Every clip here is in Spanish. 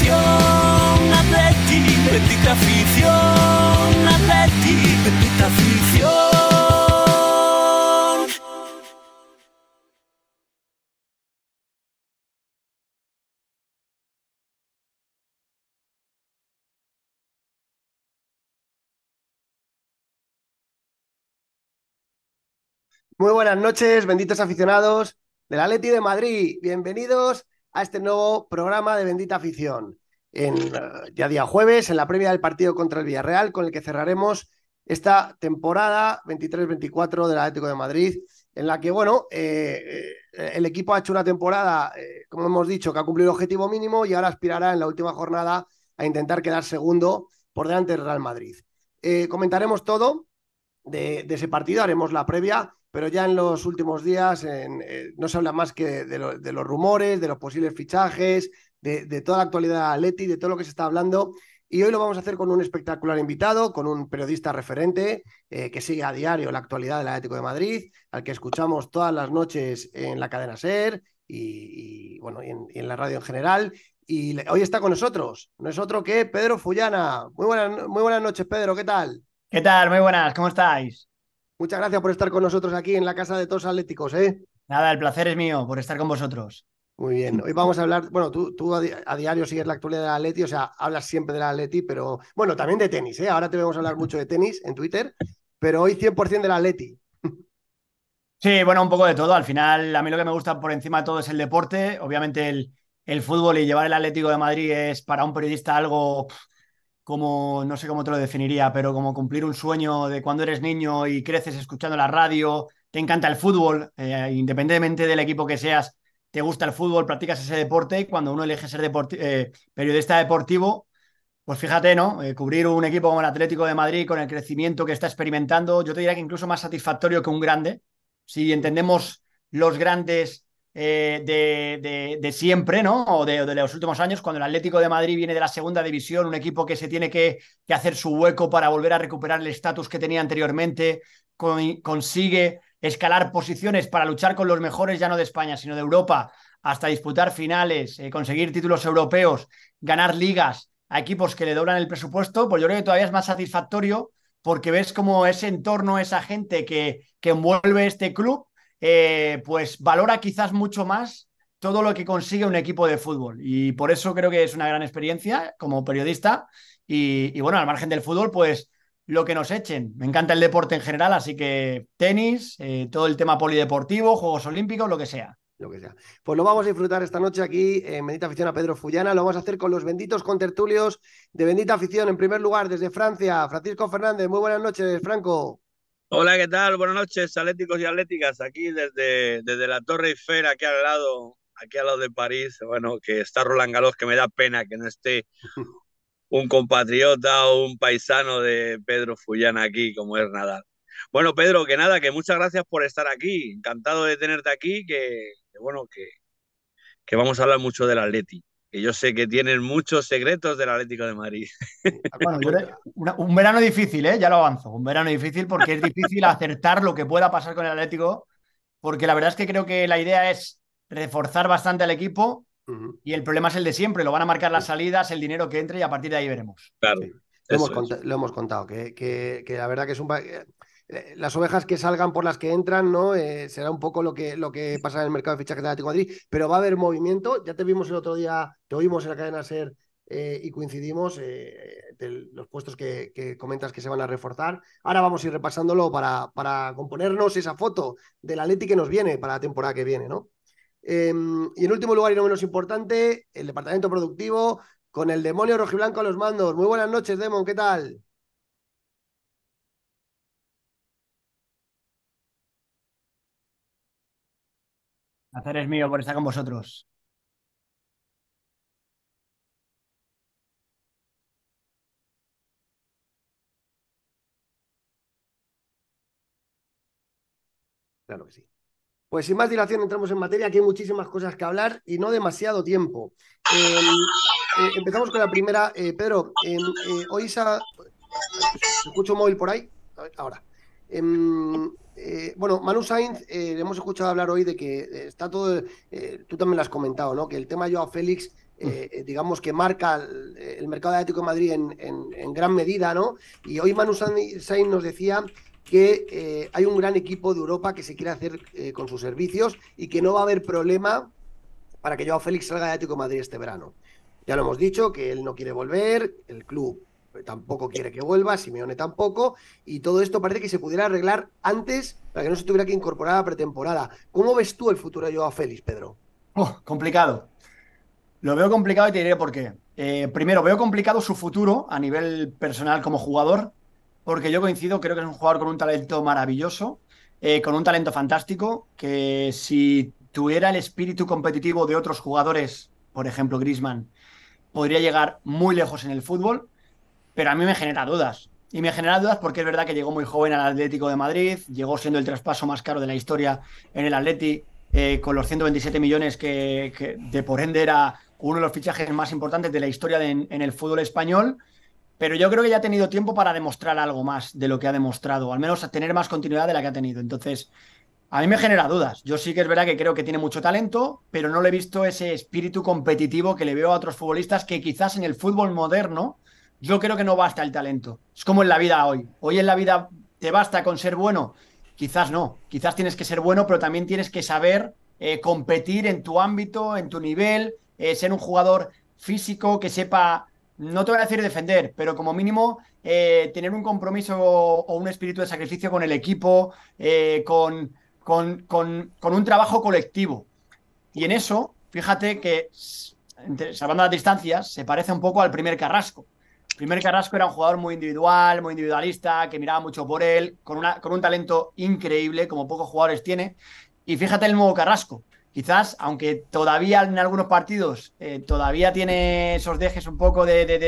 afición, Atleti, bendita afición, Atleti, bendita afición. Muy buenas noches, benditos aficionados del Atleti de Madrid. Bienvenidos a este nuevo programa de Bendita Afición. Ya día jueves, en la previa del partido contra el Villarreal, con el que cerraremos esta temporada 23-24 del Atlético de Madrid, en la que, el equipo ha hecho una temporada, como hemos dicho, que ha cumplido el objetivo mínimo y ahora aspirará en la última jornada a intentar quedar segundo por delante del Real Madrid. Comentaremos todo de ese partido, haremos la previa, pero ya en los últimos días no se habla más que de los rumores, de los posibles fichajes, de toda la actualidad de Atleti, de todo lo que se está hablando. Y hoy lo vamos a hacer con un espectacular invitado, con un periodista referente que sigue a diario la actualidad del Atlético de Madrid, al que escuchamos todas las noches en la cadena SER y en la radio en general. Y hoy está con nosotros, no es otro que Pedro Fullana. Muy buenas noches, Pedro, ¿qué tal? ¿Qué tal? Muy buenas, ¿cómo estáis? Muchas gracias por estar con nosotros aquí en la Casa de Todos Atléticos, ¿eh? Nada, el placer es mío por estar con vosotros. Muy bien. Hoy vamos a hablar, bueno, tú a diario sigues la actualidad del Atleti, o sea, hablas siempre del Atleti, pero bueno, también de tenis, ¿eh? Ahora te vamos a hablar mucho de tenis en Twitter, pero hoy 100% del Atleti. Sí, bueno, un poco de todo. Al final, a mí lo que me gusta por encima de todo es el deporte. Obviamente, el fútbol y llevar el Atlético de Madrid es para un periodista algo como, no sé cómo te lo definiría, pero como cumplir un sueño de cuando eres niño y creces escuchando la radio, te encanta el fútbol, independientemente del equipo que seas, te gusta el fútbol, practicas ese deporte y cuando uno elige ser periodista deportivo. Pues fíjate, ¿no? Cubrir un equipo como el Atlético de Madrid con el crecimiento que está experimentando, yo te diría que incluso más satisfactorio que un grande. Si entendemos los grandes de siempre, ¿no? O de los últimos años, cuando el Atlético de Madrid viene de la segunda división, un equipo que se tiene que hacer su hueco para volver a recuperar el estatus que tenía anteriormente, consigue escalar posiciones para luchar con los mejores, ya no de España, sino de Europa, hasta disputar finales, conseguir títulos europeos, ganar ligas a equipos que le doblan el presupuesto, pues yo creo que todavía es más satisfactorio porque ves como ese entorno, esa gente que envuelve este club, pues valora quizás mucho más todo lo que consigue un equipo de fútbol. Y por eso creo que es una gran experiencia como periodista. Y bueno, al margen del fútbol, pues lo que nos echen. Me encanta el deporte en general, así que tenis, todo el tema polideportivo, Juegos Olímpicos, lo que sea. Lo que sea. Pues lo vamos a disfrutar esta noche aquí en Bendita Afición a Pedro Fullana. Lo vamos a hacer con los benditos contertulios de Bendita Afición. En primer lugar, desde Francia, Francisco Fernández. Muy buenas noches, Franco. Hola, ¿qué tal? Buenas noches, atléticos y atléticas, aquí desde la Torre Eiffel, aquí al lado de París. Bueno, que está Roland Garros, que me da pena que no esté un compatriota o un paisano de Pedro Fullana aquí, como es Nadal. Bueno, Pedro, que nada, que muchas gracias por estar aquí. Encantado de tenerte aquí, que vamos a hablar mucho del Atleti, que yo sé que tienes muchos secretos del Atlético de Madrid. Bueno, un verano difícil, ¿eh? Ya lo avanzo. Un verano difícil porque es difícil acertar lo que pueda pasar con el Atlético, porque la verdad es que creo que la idea es reforzar bastante al equipo y el problema es el de siempre. Lo van a marcar las salidas, el dinero que entre y a partir de ahí veremos. Claro, Sí, eso es. lo hemos contado, que la verdad que es las ovejas que salgan por las que entran, ¿no? Será un poco lo que pasa en el mercado de fichajes de Atlético de Madrid, pero va a haber movimiento. Ya te vimos el otro día, te oímos en la cadena SER y coincidimos de los puestos que comentas que se van a reforzar. Ahora vamos a ir repasándolo para componernos esa foto del Atleti que nos viene para la temporada que viene, ¿no? Y en último lugar y no menos importante, el departamento productivo con el demonio rojiblanco a los mandos. Muy buenas noches, Demon, ¿qué tal? El placer es mío por estar con vosotros. Claro que sí. Pues sin más dilación entramos en materia, que hay muchísimas cosas que hablar y no demasiado tiempo. Empezamos con la primera. Pedro, hoy se escucha un móvil por ahí. A ver, ahora. Bueno, Manu Sainz, hemos escuchado hablar hoy de que está todo, tú también lo has comentado, ¿no? Que el tema de Joao Félix digamos que marca el mercado de Atlético de Madrid en gran medida, ¿no? Y hoy Manu Sainz nos decía que hay un gran equipo de Europa que se quiere hacer con sus servicios y que no va a haber problema para que Joao Félix salga de Atlético de Madrid este verano. Ya lo hemos dicho, que él no quiere volver, el club tampoco quiere que vuelva, Simeone tampoco, y todo esto parece que se pudiera arreglar antes para que no se tuviera que incorporar a la pretemporada. ¿Cómo ves tú el futuro de Joao Félix, Pedro? Complicado. Lo veo complicado y te diré por qué. Primero, veo complicado su futuro a nivel personal como jugador, porque yo coincido, creo que es un jugador con un talento maravilloso, con un talento fantástico, que si tuviera el espíritu competitivo de otros jugadores, por ejemplo Griezmann, podría llegar muy lejos en el fútbol, pero a mí me genera dudas. Y me genera dudas porque es verdad que llegó muy joven al Atlético de Madrid, llegó siendo el traspaso más caro de la historia en el Atleti, con los 127 millones que de por ende era uno de los fichajes más importantes de la historia en el fútbol español, pero yo creo que ya ha tenido tiempo para demostrar algo más de lo que ha demostrado, al menos a tener más continuidad de la que ha tenido. Entonces, a mí me genera dudas. Yo sí que es verdad que creo que tiene mucho talento, pero no le he visto ese espíritu competitivo que le veo a otros futbolistas que quizás en el fútbol moderno yo creo que no basta el talento. Es como en la vida hoy. Hoy en la vida te basta con ser bueno. Quizás no. Quizás tienes que ser bueno, pero también tienes que saber competir en tu ámbito, en tu nivel, ser un jugador físico que sepa, no te voy a decir defender, pero como mínimo tener un compromiso o un espíritu de sacrificio con el equipo, con un trabajo colectivo. Y en eso, fíjate que, salvando las distancias, se parece un poco al primer Carrasco. El primer Carrasco era un jugador muy individual, muy individualista, que miraba mucho por él, con un talento increíble, como pocos jugadores tiene. Y fíjate el nuevo Carrasco. Quizás, aunque todavía en algunos partidos todavía tiene esos dejes un poco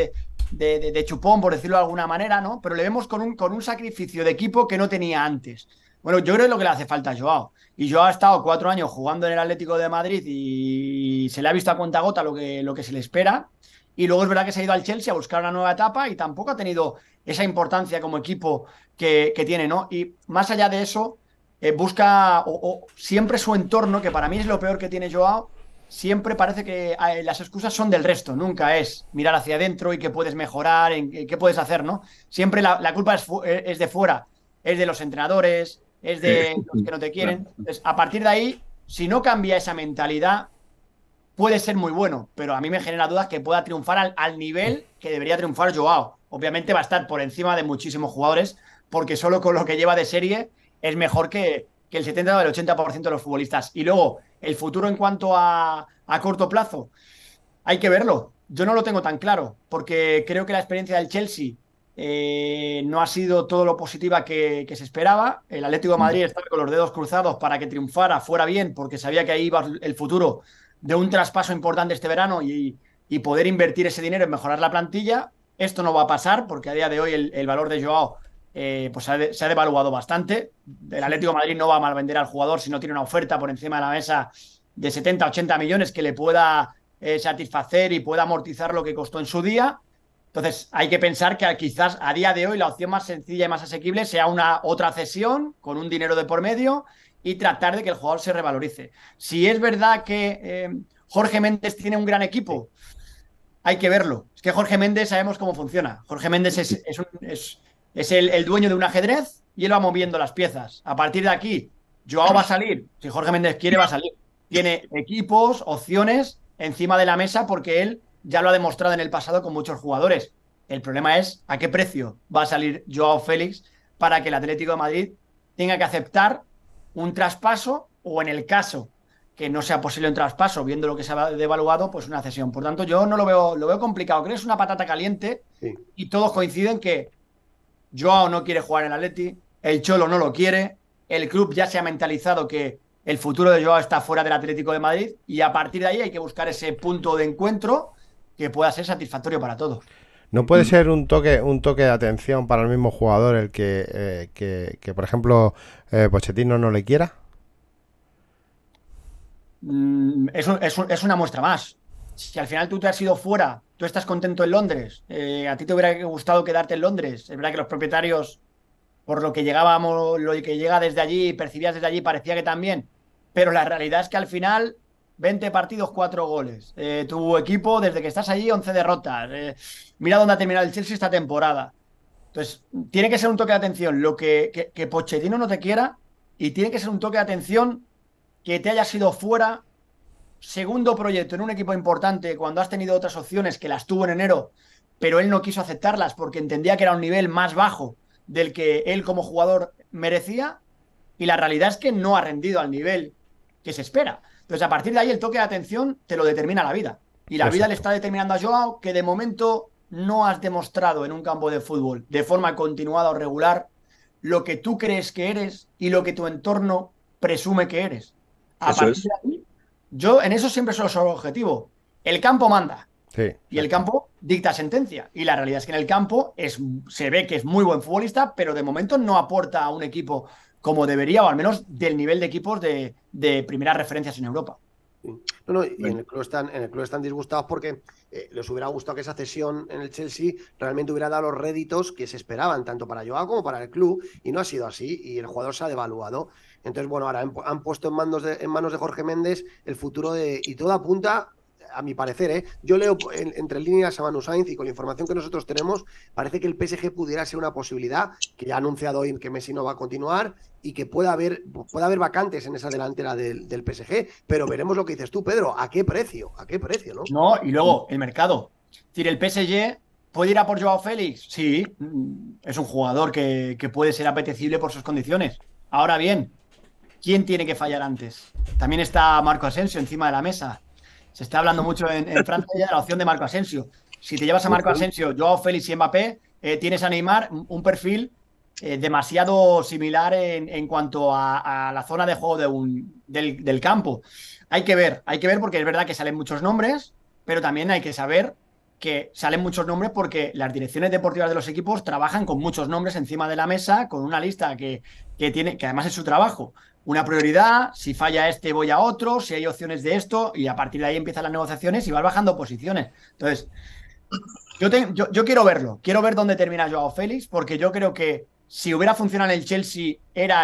de chupón, por decirlo de alguna manera, ¿no? Pero le vemos con un sacrificio de equipo que no tenía antes. Bueno, yo creo que es lo que le hace falta a Joao. Y Joao ha estado 4 años jugando en el Atlético de Madrid y se le ha visto a cuentagota lo que se le espera. Y luego es verdad que se ha ido al Chelsea a buscar una nueva etapa y tampoco ha tenido esa importancia como equipo que tiene, ¿no? Y más allá de eso, busca o siempre su entorno, que para mí es lo peor que tiene Joao, siempre parece que las excusas son del resto, nunca es mirar hacia adentro y qué puedes mejorar, en qué puedes hacer, ¿no? Siempre la culpa es de fuera, es de los entrenadores, es de los que no te quieren. Entonces, a partir de ahí, si no cambia esa mentalidad, puede ser muy bueno, pero a mí me genera dudas que pueda triunfar al nivel que debería triunfar Joao. Obviamente va a estar por encima de muchísimos jugadores, porque solo con lo que lleva de serie es mejor que el 70 o el 80% de los futbolistas. Y luego, el futuro en cuanto a corto plazo, hay que verlo. Yo no lo tengo tan claro, porque creo que la experiencia del Chelsea no ha sido todo lo positiva que se esperaba. El Atlético de Madrid estaba con los dedos cruzados para que triunfara, fuera bien, porque sabía que ahí iba el futuro de un traspaso importante este verano y poder invertir ese dinero en mejorar la plantilla. Esto no va a pasar porque a día de hoy el valor de Joao pues se ha devaluado bastante. El Atlético de Madrid no va a malvender al jugador si no tiene una oferta por encima de la mesa de 70, 80 millones que le pueda satisfacer y pueda amortizar lo que costó en su día. Entonces hay que pensar que quizás a día de hoy la opción más sencilla y más asequible sea una otra cesión con un dinero de por medio y tratar de que el jugador se revalorice. Si es verdad que Jorge Méndez tiene un gran equipo, hay que verlo. Es que Jorge Méndez sabemos cómo funciona. Jorge Méndez es el dueño de un ajedrez y él va moviendo las piezas. A partir de aquí, Joao va a salir. Si Jorge Méndez quiere, va a salir. Tiene equipos, opciones encima de la mesa porque él ya lo ha demostrado en el pasado con muchos jugadores. El problema es a qué precio va a salir Joao Félix para que el Atlético de Madrid tenga que aceptar un traspaso o, en el caso que no sea posible un traspaso, viendo lo que se ha devaluado, pues una cesión. Por tanto, yo no lo veo complicado. Creo que es una patata caliente y todos coinciden que Joao no quiere jugar en el Atleti, el Cholo no lo quiere, el club ya se ha mentalizado que el futuro de Joao está fuera del Atlético de Madrid y a partir de ahí hay que buscar ese punto de encuentro que pueda ser satisfactorio para todos. ¿No puede ser un toque de atención para el mismo jugador el que por ejemplo, Pochettino no le quiera? Es una muestra más. Si al final tú te has ido fuera, tú estás contento en Londres, a ti te hubiera gustado quedarte en Londres. Es verdad que los propietarios, por lo que llegábamos, lo que llega desde allí, percibías desde allí, parecía que también. Pero la realidad es que al final 20 partidos, 4 goles. Tu equipo, desde que estás allí, 11 derrotas. Mira dónde ha terminado el Chelsea esta temporada. Entonces, tiene que ser un toque de atención lo que Pochettino no te quiera, y tiene que ser un toque de atención que te hayas ido fuera, segundo proyecto en un equipo importante, cuando has tenido otras opciones que las tuvo en enero, pero él no quiso aceptarlas porque entendía que era un nivel más bajo del que él como jugador merecía, y la realidad es que no ha rendido al nivel que se espera. Entonces, a partir de ahí, el toque de atención te lo determina la vida. Y la vida le está determinando a Joao que de momento no has demostrado en un campo de fútbol de forma continuada o regular lo que tú crees que eres y lo que tu entorno presume que eres. A Eso partir es. de ahí, yo en eso siempre soy objetivo. El campo manda. Sí, Y el campo dicta sentencia. Y la realidad es que en el campo se ve que es muy buen futbolista, pero de momento no aporta a un equipo como debería, o al menos del nivel de equipos de primeras referencias en Europa. No, y en el club están disgustados porque les hubiera gustado que esa cesión en el Chelsea realmente hubiera dado los réditos que se esperaban, tanto para Joao como para el club, y no ha sido así, y el jugador se ha devaluado. Entonces, bueno, ahora han puesto en manos de Jorge Méndez el futuro y todo apunta, a mi parecer, yo leo entre líneas a Manu Sainz, y con la información que nosotros tenemos, parece que el PSG pudiera ser una posibilidad, que ya ha anunciado hoy que Messi no va a continuar, y que pueda haber vacantes en esa delantera del PSG, pero veremos lo que dices tú, Pedro, ¿a qué precio? ¿A qué precio, no? No, y luego el mercado. Es decir, el PSG puede ir a por Joao Félix. Sí, es un jugador que puede ser apetecible por sus condiciones. Ahora bien, ¿quién tiene que fallar antes? También está Marco Asensio encima de la mesa. Se está hablando mucho en Francia ya de la opción de Marco Asensio. Si te llevas a Marco Asensio, Joao Félix y Mbappé, tienes a Neymar, un perfil demasiado similar en cuanto a la zona de juego del campo. Hay que ver porque es verdad que salen muchos nombres, pero también hay que saber que salen muchos nombres porque las direcciones deportivas de los equipos trabajan con muchos nombres encima de la mesa, con una lista que además es su trabajo. Una prioridad, si falla este voy a otro, si hay opciones de esto, y a partir de ahí empiezan las negociaciones y vas bajando posiciones. Entonces, yo quiero verlo, quiero ver dónde termina Joao Félix, porque yo creo que si hubiera funcionado en el Chelsea era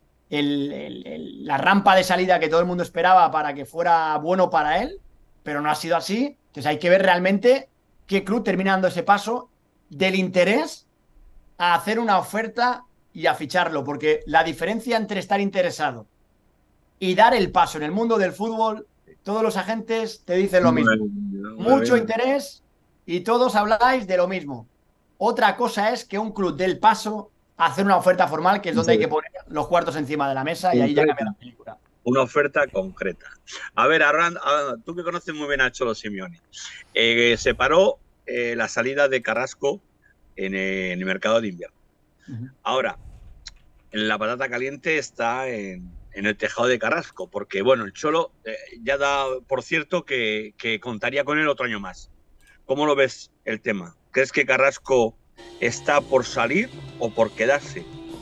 la rampa de salida que todo el mundo esperaba para que fuera bueno para él, pero no ha sido así. Entonces hay que ver realmente qué club termina dando ese paso del interés a hacer una oferta y a ficharlo, porque la diferencia entre estar interesado y dar el paso en el mundo del fútbol, todos los agentes te dicen lo mismo. Mucho interés y todos habláis de lo mismo. Otra cosa es que un club dé el paso a hacer una oferta formal, que es donde hay que poner los cuartos encima de la mesa, y ahí ya cambia la película. Una oferta concreta. A ver, Arran, tú que conoces muy bien a Cholo Simeone, separó la salida de Carrasco en el mercado de invierno. Ahora, la patata caliente está en el tejado de Carrasco, porque bueno, el Cholo ya da por cierto que contaría con él otro año más. ¿Cómo lo ves el tema? ¿Crees que Carrasco está por salir o por quedarse?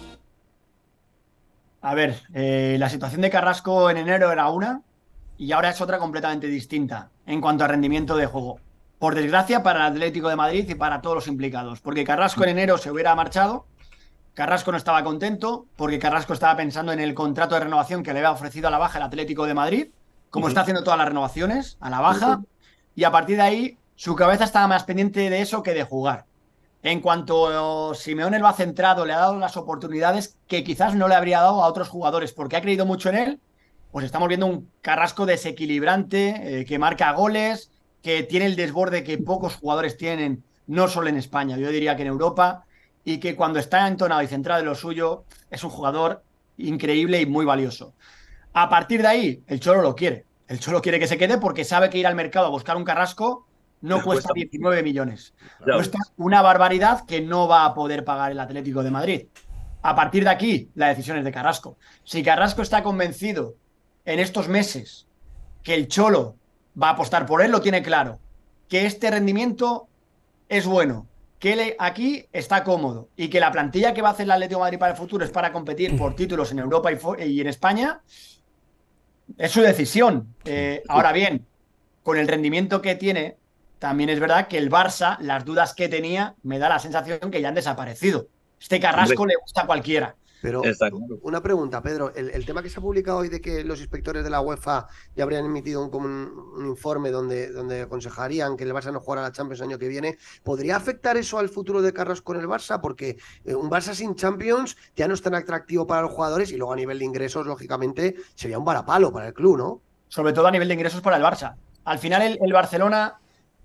A ver, la situación de Carrasco en enero era una y ahora es otra completamente distinta en cuanto a rendimiento de juego. Por desgracia para el Atlético de Madrid y para todos los implicados, porque Carrasco en enero se hubiera marchado. Carrasco no estaba contento porque Carrasco estaba pensando en el contrato de renovación que le había ofrecido a la baja el Atlético de Madrid, como está haciendo todas las renovaciones, a la baja, y a partir de ahí su cabeza estaba más pendiente de eso que de jugar. En cuanto Simeone lo ha centrado, le ha dado las oportunidades que quizás no le habría dado a otros jugadores porque ha creído mucho en él, pues estamos viendo un Carrasco desequilibrante, que marca goles, que tiene el desborde que pocos jugadores tienen, no solo en España, yo diría que en Europa, y que cuando está entonado y centrado en lo suyo es un jugador increíble y muy valioso. A partir de ahí, el Cholo lo quiere. El Cholo quiere que se quede porque sabe que ir al mercado a buscar un Carrasco no cuesta 19 millones. Cuesta una barbaridad que no va a poder pagar el Atlético de Madrid. A partir de aquí, la decisión es de Carrasco. Si Carrasco está convencido en estos meses que el Cholo va a apostar por él, lo tiene claro. Que este rendimiento es bueno, que él aquí está cómodo y que la plantilla que va a hacer el Atlético de Madrid para el futuro es para competir por títulos en Europa y en España, es su decisión. Ahora bien, con el rendimiento que tiene, también es verdad que el Barça, las dudas que tenía, me da la sensación que ya han desaparecido. Este Carrasco le gusta a cualquiera. Pero Exacto. una pregunta, Pedro, el tema que se ha publicado hoy de que los inspectores de la UEFA ya habrían emitido un informe donde aconsejarían que el Barça no jugara la Champions el año que viene, ¿podría afectar eso al futuro de Carrasco en el Barça? Porque un Barça sin Champions ya no es tan atractivo para los jugadores y luego a nivel de ingresos, lógicamente, sería un varapalo para el club, ¿no? Sobre todo a nivel de ingresos para el Barça. Al final el Barcelona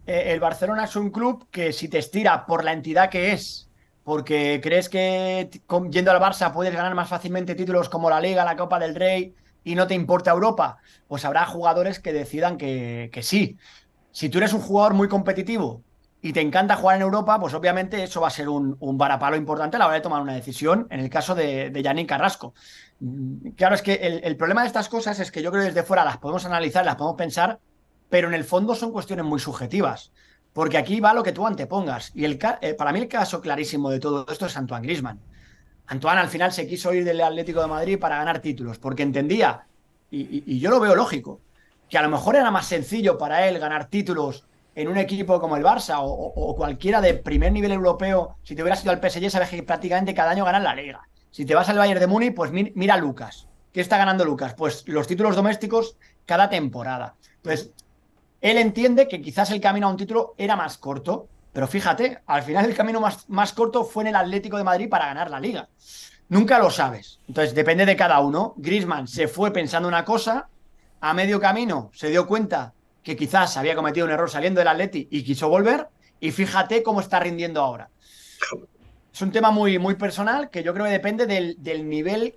es un club que si te estira por la entidad que es, porque crees que yendo al Barça puedes ganar más fácilmente títulos como la Liga, la Copa del Rey y no te importa Europa, pues habrá jugadores que decidan que sí. Si tú eres un jugador muy competitivo y te encanta jugar en Europa, pues obviamente eso va a ser un varapalo importante a la hora de tomar una decisión, en el caso de Yannick Carrasco. Claro, es que el problema de estas cosas es que yo creo que desde fuera las podemos analizar, las podemos pensar, pero en el fondo son cuestiones muy subjetivas. Porque aquí va lo que tú antepongas. Y para mí el caso clarísimo de todo esto es Antoine Griezmann. Antoine al final se quiso ir del Atlético de Madrid para ganar títulos, porque entendía, y yo lo veo lógico, que a lo mejor era más sencillo para él ganar títulos en un equipo como el Barça o cualquiera de primer nivel europeo. Si te hubieras ido al PSG, sabes que prácticamente cada año ganan la Liga. Si te vas al Bayern de Múnich, pues mira a Lucas. ¿Qué está ganando Lucas? Pues los títulos domésticos cada temporada. Entonces, él entiende que quizás el camino a un título era más corto, pero fíjate, al final el camino más corto fue en el Atlético de Madrid para ganar la Liga. Nunca lo sabes. Entonces, depende de cada uno. Griezmann se fue pensando una cosa, a medio camino se dio cuenta que quizás había cometido un error saliendo del Atleti y quiso volver, y fíjate cómo está rindiendo ahora. Es un tema muy, muy personal que yo creo que depende del nivel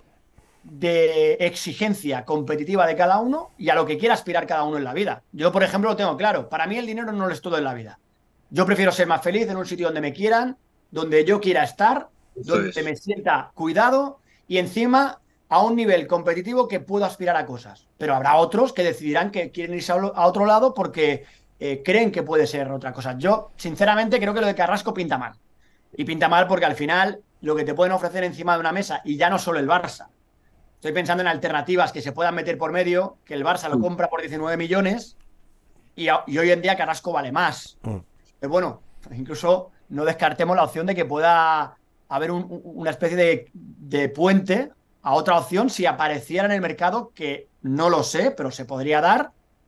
de exigencia competitiva de cada uno y a lo que quiera aspirar cada uno en la vida. Yo, por ejemplo, lo tengo claro. Para mí el dinero no lo es todo en la vida. Yo prefiero ser más feliz en un sitio donde me quieran, donde yo quiera estar, donde me sienta cuidado y encima a un nivel competitivo que puedo aspirar a cosas. Pero habrá otros que decidirán que quieren irse a otro lado porque creen que puede ser otra cosa. Yo, sinceramente, creo que lo de Carrasco pinta mal. Y pinta mal porque al final lo que te pueden ofrecer encima de una mesa, y ya no solo el Barça, estoy pensando en alternativas que se puedan meter por medio, que el Barça lo compra por 19 millones y hoy en día Carrasco vale más. Pero bueno, incluso no descartemos la opción de que pueda haber una especie de puente a otra opción si apareciera en el mercado, que no lo sé, pero se podría dar,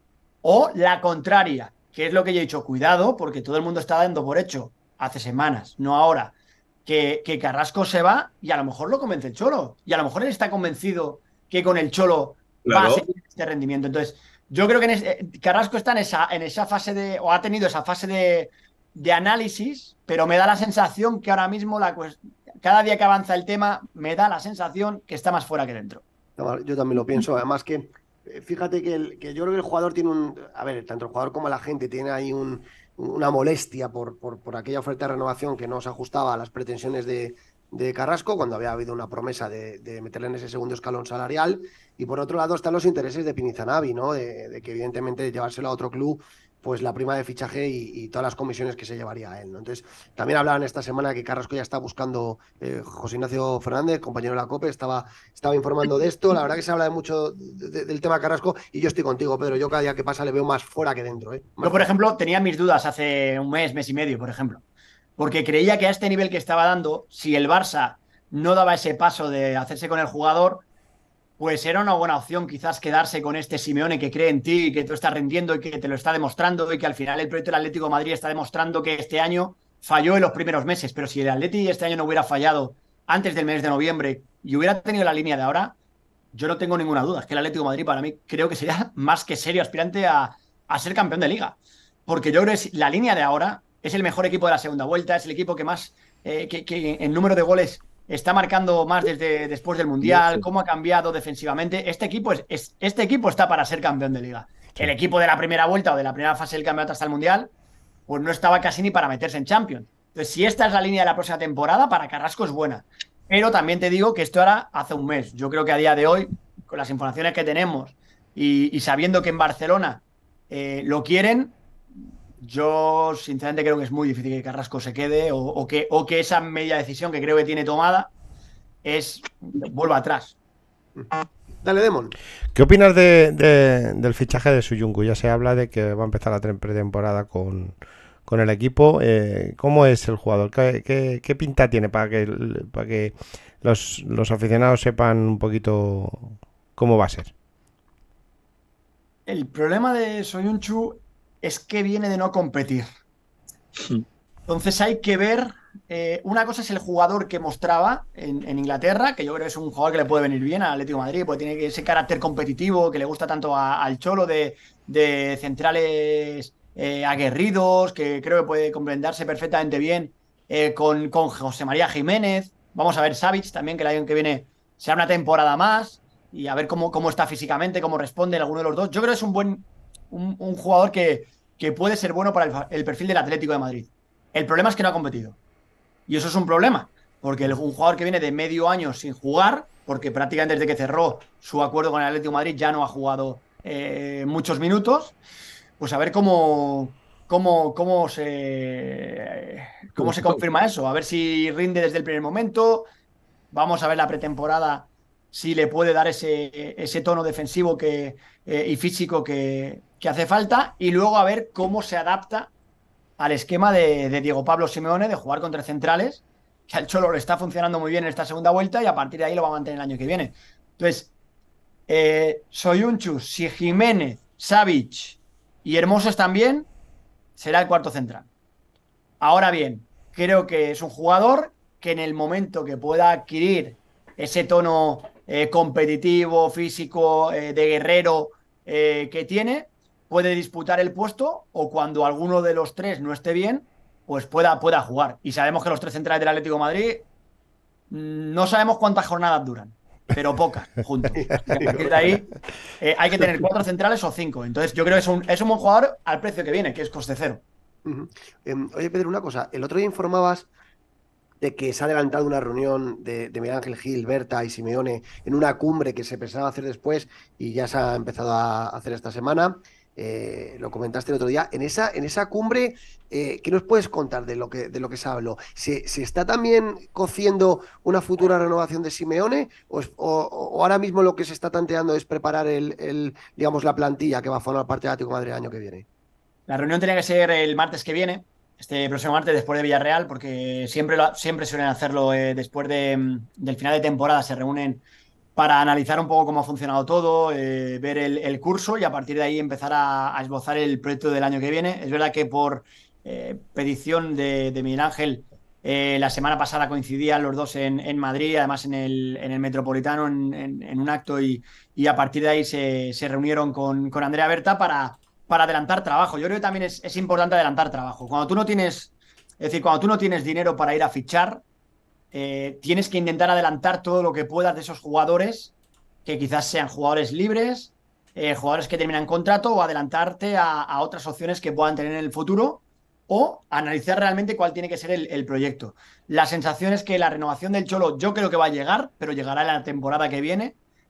o la contraria, que es lo que yo he dicho, cuidado, porque todo el mundo está dando por hecho hace semanas, no ahora, que Carrasco se va y a lo mejor lo convence el Cholo. Y a lo mejor él está convencido que con el Cholo va a seguir este rendimiento. Entonces, yo creo que Carrasco está en esa fase o ha tenido esa fase de análisis, pero me da la sensación que ahora mismo cada día que avanza el tema, me da la sensación que está más fuera que dentro. Yo también lo pienso. Además que, fíjate que yo creo que el jugador tiene a ver, tanto el jugador como la gente tiene ahí una molestia por aquella oferta de renovación que no se ajustaba a las pretensiones de Carrasco, cuando había habido una promesa de meterle en ese segundo escalón salarial. Y por otro lado están los intereses de Pinizanavi, ¿no? De que evidentemente llevárselo a otro club, pues la prima de fichaje y todas las comisiones que se llevaría a él, ¿no? Entonces, también hablaban esta semana que Carrasco ya está buscando, José Ignacio Fernández, compañero de la COPE, estaba informando de esto. La verdad que se habla mucho del tema Carrasco y yo estoy contigo, Pedro. Yo cada día que pasa le veo más fuera que dentro, ¿eh? Yo, por ejemplo, tenía mis dudas hace un mes y medio, por ejemplo, porque creía que a este nivel que estaba dando, si el Barça no daba ese paso de hacerse con el jugador, pues era una buena opción quizás quedarse con este Simeone que cree en ti, que tú estás rindiendo y que te lo está demostrando, y que al final el proyecto del Atlético de Madrid está demostrando que este año falló en los primeros meses, pero si el Atlético este año no hubiera fallado antes del mes de noviembre y hubiera tenido la línea de ahora, yo no tengo ninguna duda, es que el Atlético de Madrid para mí creo que sería más que serio aspirante a ser campeón de Liga, porque yo creo que la línea de ahora es el mejor equipo de la segunda vuelta, es el equipo que más, que en número de goles está marcando más desde después del Mundial, cómo ha cambiado defensivamente. Este equipo está para ser campeón de Liga. El equipo de la primera vuelta o de la primera fase del campeonato hasta el Mundial, pues no estaba casi ni para meterse en Champions. Entonces, si esta es la línea de la próxima temporada, para Carrasco es buena. Pero también te digo que esto era hace un mes. Yo creo que a día de hoy, con las informaciones que tenemos y sabiendo que en Barcelona lo quieren, yo sinceramente creo que es muy difícil que Carrasco se quede o que esa media decisión que creo que tiene tomada vuelva atrás. Dale, Demon. ¿Qué opinas del fichaje de Suyuncu? Ya se habla de que va a empezar la pretemporada con con el equipo. ¿Cómo es el jugador? ¿Qué pinta tiene para que los aficionados sepan un poquito cómo va a ser? El problema de Soyuncu es que viene de no competir. Entonces hay que ver, una cosa es el jugador que mostraba en Inglaterra, que yo creo que es un jugador que le puede venir bien al Atlético de Madrid, porque tiene ese carácter competitivo que le gusta tanto al Cholo de centrales aguerridos, que creo que puede complementarse perfectamente bien con José María Jiménez. Vamos a ver Savic también, que el año que viene será una temporada más, y a ver cómo está físicamente, cómo responde alguno de los dos. Yo creo que es un jugador que puede ser bueno para el perfil del Atlético de Madrid. El problema es que no ha competido. Y eso es un problema, porque un jugador que viene de medio año sin jugar, porque prácticamente desde que cerró su acuerdo con el Atlético de Madrid ya no ha jugado muchos minutos, pues a ver cómo se confirma eso, a ver si rinde desde el primer momento. Vamos a ver la pretemporada, si le puede dar ese tono defensivo y físico que hace falta, y luego a ver cómo se adapta al esquema de Diego Pablo Simeone de jugar con 3 centrales, que al Cholo le está funcionando muy bien en esta segunda vuelta y a partir de ahí lo va a mantener el año que viene. Entonces, Soyuncu, si Jiménez, Savic y Hermoso están bien, será el cuarto central. Ahora bien, creo que es un jugador que en el momento que pueda adquirir ese tono competitivo, físico, de guerrero que tiene, puede disputar el puesto, o cuando alguno de los tres no esté bien, pues pueda jugar. Y sabemos que los 3 centrales del Atlético de Madrid no sabemos cuántas jornadas duran, pero pocas juntos. A partir de ahí hay que tener 4 centrales o 5. Entonces yo creo que es un buen jugador al precio que viene, que es coste cero. Oye, Pedro, una cosa. El otro día informabas de que se ha adelantado una reunión de Miguel Ángel Gil, Berta y Simeone en una cumbre que se pensaba hacer después y ya se ha empezado a hacer esta semana. Lo comentaste el otro día. En esa cumbre, ¿qué nos puedes contar de lo que se habló? ¿Se está también cociendo una futura renovación de Simeone? ¿O ahora mismo lo que se está tanteando es preparar digamos, la plantilla que va a formar parte del Atlético de Madrid el año que viene? La reunión tenía que ser el martes que viene, este próximo martes, después de Villarreal, porque siempre suelen hacerlo después del final de temporada. Se reúnen para analizar un poco cómo ha funcionado todo, ver el curso y a partir de ahí empezar a esbozar el proyecto del año que viene. Es verdad que por petición de Miguel Ángel, la semana pasada coincidían los dos en Madrid, además en el Metropolitano, en un acto, y a partir de ahí se reunieron con Andrea Berta para adelantar trabajo. Yo creo que también es importante adelantar trabajo. Cuando tú no tienes dinero para ir a fichar, tienes que intentar adelantar todo lo que puedas de esos jugadores, que quizás sean jugadores libres, jugadores que terminan contrato, o adelantarte a otras opciones que puedan tener en el futuro, o analizar realmente cuál tiene que ser el proyecto. La sensación es que la renovación del Cholo yo creo que va a llegar, pero llegará en la temporada que viene.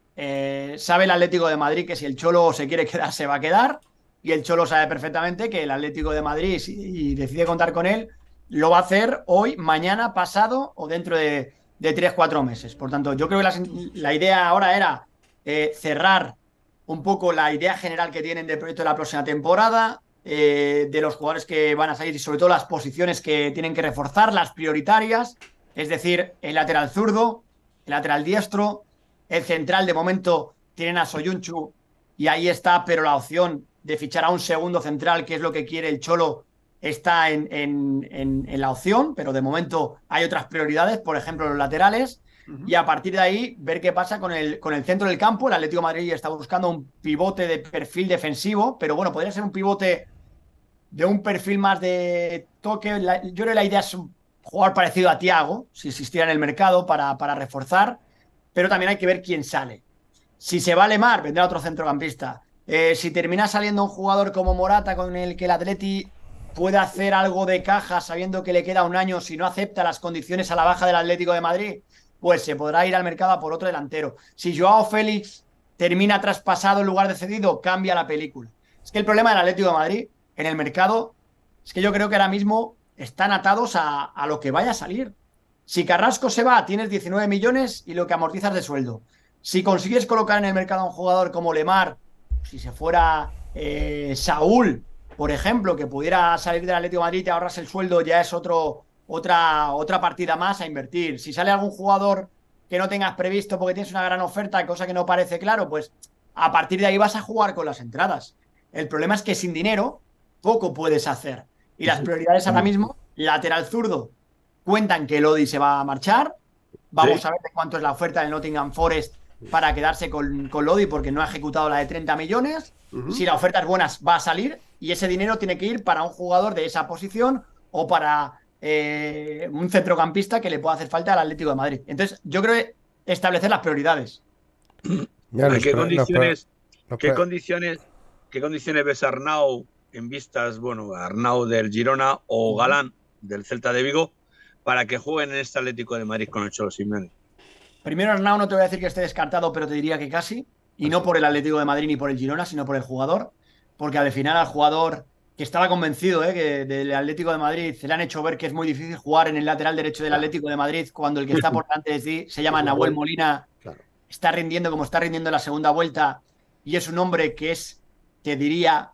Sabe el Atlético de Madrid que si el Cholo se quiere quedar, se va a quedar, y el Cholo sabe perfectamente que el Atlético de Madrid, si decide contar con él, lo va a hacer hoy, mañana, pasado o dentro de 3-4 meses. Por tanto, yo creo que la idea ahora era cerrar un poco la idea general que tienen del proyecto de la próxima temporada, de los jugadores que van a salir y sobre todo las posiciones que tienen que reforzar, las prioritarias, es decir, el lateral zurdo, el lateral diestro, el central. De momento tienen a Soyuncu y ahí está, pero la opción de fichar a un segundo central, que es lo que quiere el Cholo, está en la opción, pero de momento hay otras prioridades, por ejemplo los laterales, y a partir de ahí ver qué pasa con el centro del campo. El Atlético de Madrid está buscando un pivote de perfil defensivo, pero bueno, podría ser un pivote de un perfil más de toque. Yo creo que la idea es un jugador parecido a Thiago, si existiera en el mercado, para reforzar, pero también hay que ver quién sale. Si se va Lemar, vendrá otro centrocampista. Si termina saliendo un jugador como Morata, con el que el Atleti puede hacer algo de caja sabiendo que le queda un año, si no acepta las condiciones a la baja del Atlético de Madrid, pues se podrá ir al mercado a por otro delantero. Si Joao Félix termina traspasado en lugar de cedido, cambia la película. Es que el problema del Atlético de Madrid en el mercado es que yo creo que ahora mismo están atados a lo que vaya a salir. Si Carrasco se va, tienes 19 millones y lo que amortizas de sueldo. Si consigues colocar en el mercado a un jugador como Lemar, si se fuera Saúl, por ejemplo, que pudiera salir del Atlético de Madrid y te ahorras el sueldo, ya es otra partida más a invertir. Si sale algún jugador que no tengas previsto porque tienes una gran oferta, cosa que no parece claro, pues a partir de ahí vas a jugar con las entradas. El problema es que sin dinero poco puedes hacer. Y las prioridades ahora mismo, lateral zurdo, cuentan que Lodi se va a marchar. Vamos a ver de cuánto es la oferta del Nottingham Forest para quedarse con Lodi porque no ha ejecutado la de 30 millones. Si la oferta es buena, va a salir y ese dinero tiene que ir para un jugador de esa posición o para un centrocampista que le pueda hacer falta al Atlético de Madrid. Entonces, yo creo que establecer las prioridades. ¿Qué condiciones ves a Arnau en vistas, bueno, Arnau del Girona o Galán del Celta de Vigo para que jueguen en este Atlético de Madrid con el Cholo Simeone? Primero, Arnau, no te voy a decir que esté descartado, pero te diría que casi. Y no por el Atlético de Madrid ni por el Girona, sino por el jugador. Porque al final al jugador que estaba convencido que del Atlético de Madrid se le han hecho ver que es muy difícil jugar en el lateral derecho del Atlético de Madrid cuando el que está por delante de ti se llama Nahuel Molina. Está rindiendo como está rindiendo en la segunda vuelta y es un hombre que es, te diría,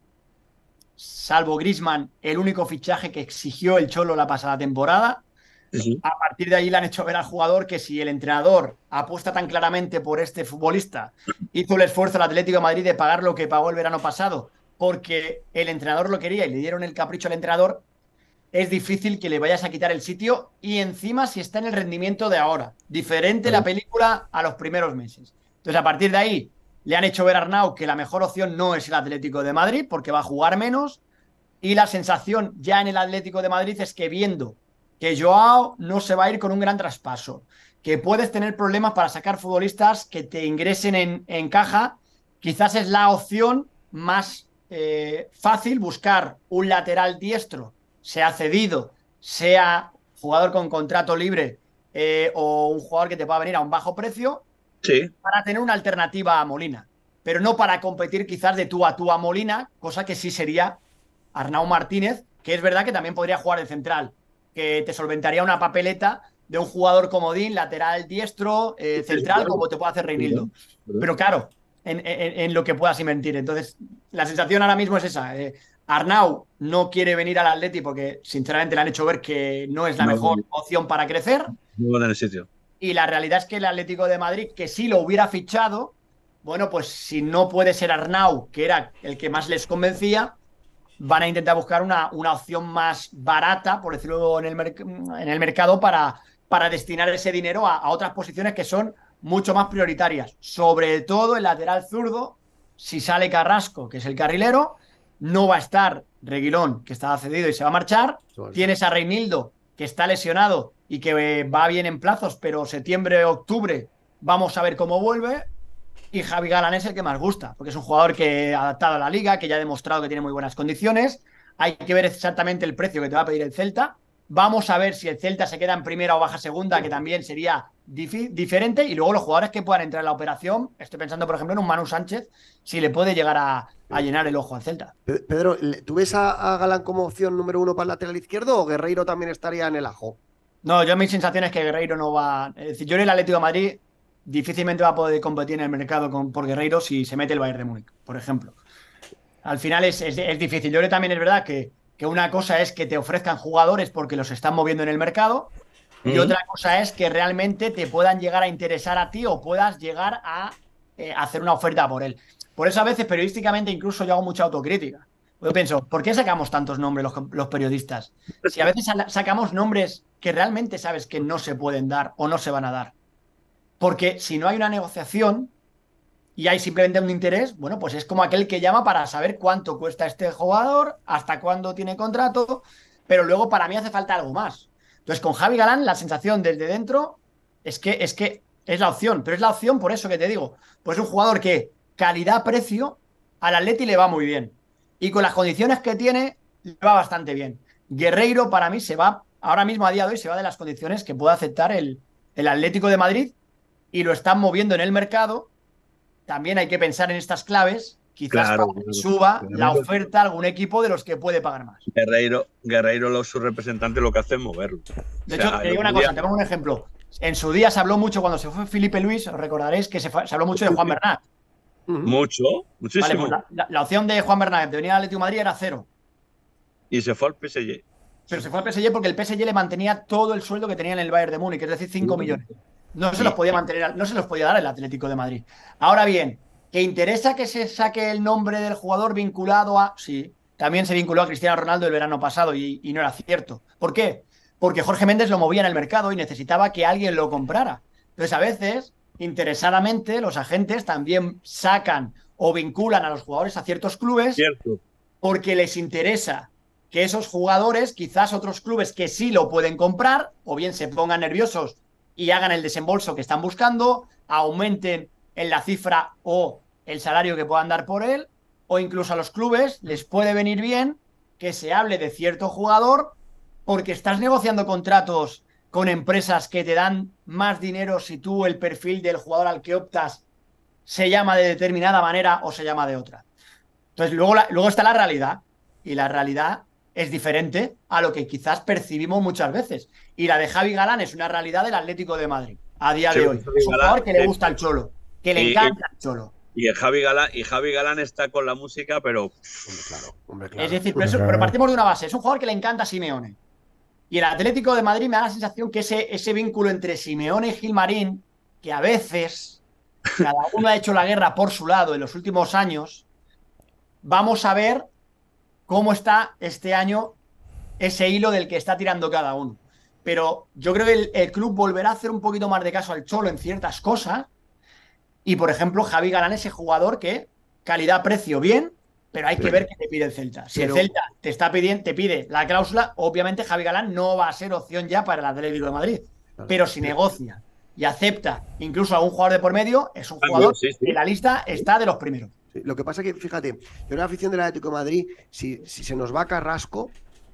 salvo Griezmann, el único fichaje que exigió el Cholo la pasada temporada. A partir de ahí le han hecho ver al jugador que si el entrenador apuesta tan claramente por este futbolista, hizo el esfuerzo al Atlético de Madrid de pagar lo que pagó el verano pasado porque el entrenador lo quería y le dieron el capricho al entrenador, es difícil que le vayas a quitar el sitio y encima si está en el rendimiento de ahora. Diferente la película a los primeros meses. Entonces, a partir de ahí, le han hecho ver a Arnau que la mejor opción no es el Atlético de Madrid porque va a jugar menos y la sensación ya en el Atlético de Madrid es que viendo que Joao no se va a ir con un gran traspaso, que puedes tener problemas para sacar futbolistas que te ingresen en caja, quizás es la opción más fácil buscar un lateral diestro, sea cedido, sea jugador con contrato libre o un jugador que te pueda venir a un bajo precio, para tener una alternativa a Molina, pero no para competir quizás de tú a Molina, cosa que sí sería Arnau Martínez, que es verdad que también podría jugar de central, que te solventaría una papeleta de un jugador comodín, lateral diestro, central, como te puede hacer Reinildo. Pero claro, en lo que puedas invertir. Entonces, la sensación ahora mismo es esa. Arnau no quiere venir al Atleti porque, sinceramente, le han hecho ver que no es la mejor opción para crecer. No en el sitio. Y la realidad es que el Atlético de Madrid, que sí lo hubiera fichado, bueno, pues si no puede ser Arnau, que era el que más les convencía, van a intentar buscar una opción más barata, por decirlo en el mercado, para destinar ese dinero a otras posiciones que son mucho más prioritarias. Sobre todo el lateral zurdo, si sale Carrasco, que es el carrilero, no va a estar Reguilón, que estaba cedido y se va a marchar. Tienes a Reinildo, que está lesionado y que va bien en plazos, pero septiembre, octubre, vamos a ver cómo vuelve. Y Javi Galán es el que más gusta, porque es un jugador que ha adaptado a la liga, que ya ha demostrado que tiene muy buenas condiciones. Hay que ver exactamente el precio que te va a pedir el Celta. Vamos a ver si el Celta se queda en primera o baja segunda, que también sería diferente. Y luego los jugadores que puedan entrar en la operación. Estoy pensando, por ejemplo, en un Manu Sánchez, si le puede llegar a llenar el ojo al Celta. Pedro, ¿tú ves a Galán como opción número uno para el lateral izquierdo o Guerreiro también estaría en el ajo? No, yo mi sensación es que Guerreiro no va... Es decir, yo en el Atlético de Madrid difícilmente va a poder competir en el mercado por Guerreiro si se mete el Bayern de Múnich, por ejemplo. Al final es difícil. Yo creo que también es verdad que una cosa es que te ofrezcan jugadores porque los están moviendo en el mercado y otra cosa es que realmente te puedan llegar a interesar a ti o puedas llegar a hacer una oferta por él. Por eso a veces periodísticamente incluso yo hago mucha autocrítica. Yo pienso, ¿por qué sacamos tantos nombres los periodistas? Si a veces sacamos nombres que realmente sabes que no se pueden dar o no se van a dar. Porque si no hay una negociación y hay simplemente un interés, bueno, pues es como aquel que llama para saber cuánto cuesta este jugador, hasta cuándo tiene contrato, pero luego para mí hace falta algo más. Entonces, con Javi Galán, la sensación desde dentro es que es la opción, pero es la opción por eso que te digo. Pues un jugador que calidad-precio al Atleti le va muy bien. Y con las condiciones que tiene, le va bastante bien. Guerreiro, para mí, se va, ahora mismo a día de hoy, se va de las condiciones que puede aceptar el Atlético de Madrid y lo están moviendo en el mercado. También hay que pensar en estas claves, quizás para que suba la oferta a algún equipo de los que puede pagar más. Guerreiro su representante, lo que hace es moverlo. De hecho, te digo una cosa, te pongo un ejemplo. En su día se habló mucho, cuando se fue Felipe Luis, os recordaréis que se habló mucho de Juan Bernat. Muchísimo. Vale, pues la opción de Juan Bernat de venir al Atlético de Madrid era cero. Y se fue al PSG. Pero se fue al PSG porque el PSG le mantenía todo el sueldo que tenía en el Bayern de Múnich, es decir, 5 millones. No se los podía mantener, no se los podía dar el Atlético de Madrid. Ahora bien, ¿que interesa que se saque el nombre del jugador vinculado a...? Sí, también se vinculó a Cristiano Ronaldo el verano pasado y no era cierto. ¿Por qué? Porque Jorge Méndez lo movía en el mercado y necesitaba que alguien lo comprara. Entonces, a veces, interesadamente, los agentes también sacan o vinculan a los jugadores a ciertos clubes Cierto. porque les interesa que esos jugadores, quizás otros clubes que sí lo pueden comprar, o bien se pongan nerviosos y hagan el desembolso que están buscando, aumenten en la cifra o el salario que puedan dar por él, o incluso a los clubes les puede venir bien que se hable de cierto jugador porque estás negociando contratos con empresas que te dan más dinero si tú el perfil del jugador al que optas se llama de determinada manera o se llama de otra. Entonces, luego está la realidad, y la realidad es diferente a lo que quizás percibimos muchas veces. Y la de Javi Galán es una realidad del Atlético de Madrid, a día de hoy. Es un jugador que le gusta al Cholo, que le encanta al Cholo. Y Javi Galán está con la música, pero... Hombre, claro. Es decir, pero partimos de una base. Es un jugador que le encanta a Simeone. Y el Atlético de Madrid me da la sensación que ese vínculo entre Simeone y Gilmarín, que a veces cada uno ha hecho la guerra por su lado en los últimos años, vamos a ver cómo está este año ese hilo del que está tirando cada uno. Pero yo creo que el club volverá a hacer un poquito más de caso al Cholo en ciertas cosas. Y, por ejemplo, Javi Galán es ese jugador que calidad-precio bien, pero hay que ver qué te pide el Celta. Si el Celta te pide la cláusula, obviamente Javi Galán no va a ser opción ya para el Atlético de Madrid. Pero si negocia y acepta incluso a un jugador de por medio, es un jugador que en la lista está de los primeros. Sí, lo que pasa es que, fíjate, yo la afición del Atlético de Madrid, si se nos va Carrasco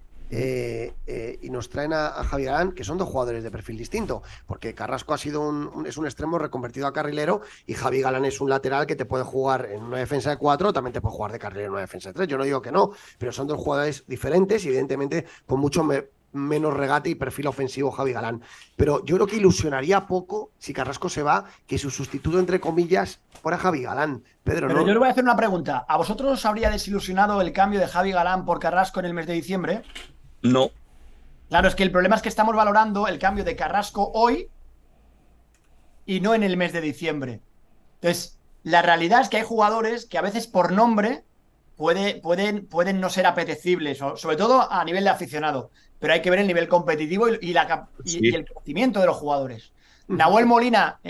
y nos traen a Javi Galán, que son dos jugadores de perfil distinto, porque Carrasco ha sido es un extremo reconvertido a carrilero y Javi Galán es un lateral que te puede jugar en una defensa de 4, también te puede jugar de carrilero en una defensa de 3. Yo no digo que no, pero son dos jugadores diferentes y evidentemente con mucho menos regate y perfil ofensivo Javi Galán. Pero yo creo que ilusionaría poco si Carrasco se va, que su sustituto, entre comillas, fuera Javi Galán. Pedro, pero ¿no? Yo le voy a hacer una pregunta. ¿A vosotros os habría desilusionado el cambio de Javi Galán por Carrasco en el mes de diciembre? No. Claro, es que el problema es que estamos valorando el cambio de Carrasco hoy y no en el mes de diciembre. Entonces, la realidad es que hay jugadores que a veces por nombre pueden no ser apetecibles, sobre todo a nivel de aficionado, pero hay que ver el nivel competitivo y el crecimiento de los jugadores. Nahuel Molina,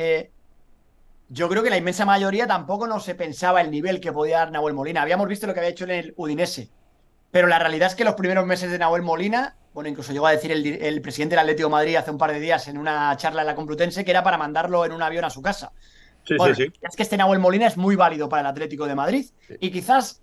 yo creo que la inmensa mayoría tampoco no se pensaba el nivel que podía dar Nahuel Molina. Habíamos visto lo que había hecho en el Udinese, pero la realidad es que los primeros meses de Nahuel Molina, bueno, incluso llegó a decir el presidente del Atlético de Madrid hace un par de días en una charla en la Complutense que era para mandarlo en un avión a su casa. Sí. Es que este Nahuel Molina es muy válido para el Atlético de Madrid y quizás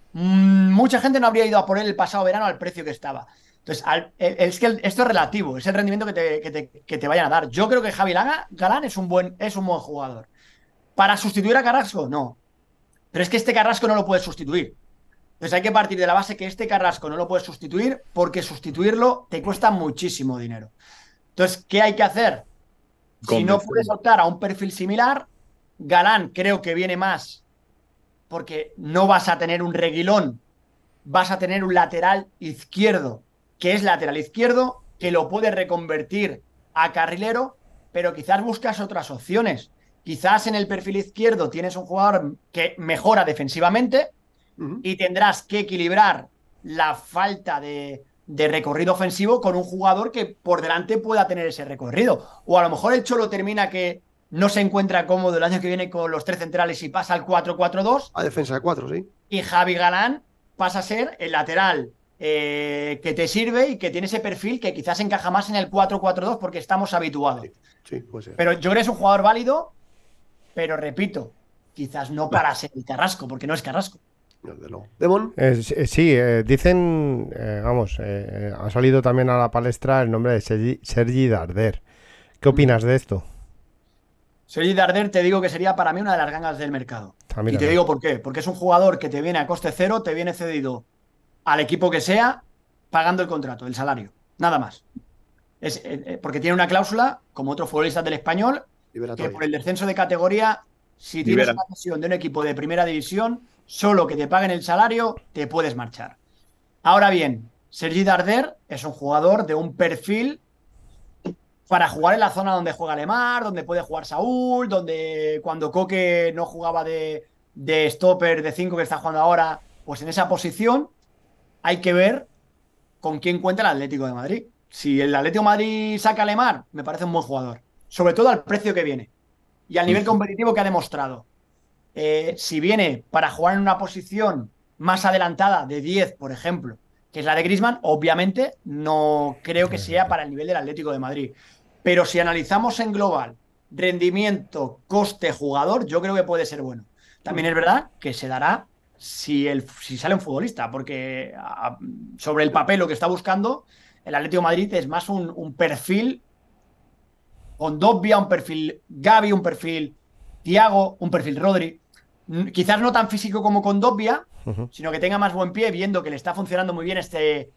mucha gente no habría ido a por él el pasado verano al precio que estaba. Entonces, es que esto es relativo, es el rendimiento que te vayan a dar. Yo creo que Javi Galán es un buen jugador. ¿Para sustituir a Carrasco? No. Pero es que este Carrasco no lo puedes sustituir. Entonces hay que partir de la base que este Carrasco no lo puedes sustituir porque sustituirlo te cuesta muchísimo dinero. Entonces, ¿qué hay que hacer? Si no puedes optar a un perfil similar, Galán creo que viene más porque no vas a tener un Reguilón, vas a tener un lateral izquierdo, que es lateral izquierdo, que lo puedes reconvertir a carrilero, pero quizás buscas otras opciones. Quizás en el perfil izquierdo tienes un jugador que mejora defensivamente y tendrás que equilibrar la falta de recorrido ofensivo con un jugador que por delante pueda tener ese recorrido. O a lo mejor el Cholo termina que no se encuentra cómodo el año que viene con los 3 centrales y pasa al 4-4-2. A defensa de 4, sí. Y Javi Galán pasa a ser el lateral que te sirve y que tiene ese perfil que quizás encaja más en el 4-4-2 porque estamos habituados. Sí, puede ser. Pero yo creo que es un jugador válido, pero repito, quizás no para ser el Carrasco, porque no es Carrasco. ¿Demon? Sí, dicen, ha salido también a la palestra el nombre de Sergi Darder. ¿Qué opinas de esto? Sergi Darder te digo que sería para mí una de las gangas del mercado. Y te digo por qué. Porque es un jugador que te viene a coste cero, te viene cedido al equipo que sea, pagando el contrato, el salario. Nada más. Porque tiene una cláusula, como otros futbolistas del Español, que por el descenso de categoría, si tienes una cesión de un equipo de primera división, solo que te paguen el salario, te puedes marchar. Ahora bien, Sergi Darder es un jugador de un perfil para jugar en la zona donde juega Lemar, donde puede jugar Saúl, donde cuando Coque no jugaba de stopper de 5 que está jugando ahora, pues en esa posición hay que ver con quién cuenta el Atlético de Madrid. Si el Atlético de Madrid saca a Lemar, me parece un buen jugador, sobre todo al precio que viene y al nivel competitivo que ha demostrado. Si viene para jugar en una posición más adelantada de 10, por ejemplo, que es la de Griezmann, obviamente no creo que sea para el nivel del Atlético de Madrid. Pero si analizamos en global rendimiento, coste, jugador, yo creo que puede ser bueno. También es verdad que se dará si sale un futbolista, porque sobre el papel lo que está buscando el Atlético de Madrid es más un perfil con Dobbia, un perfil Gavi, un perfil Thiago, un perfil Rodri. Quizás no tan físico como con Dobbia, sino que tenga más buen pie, viendo que le está funcionando muy bien este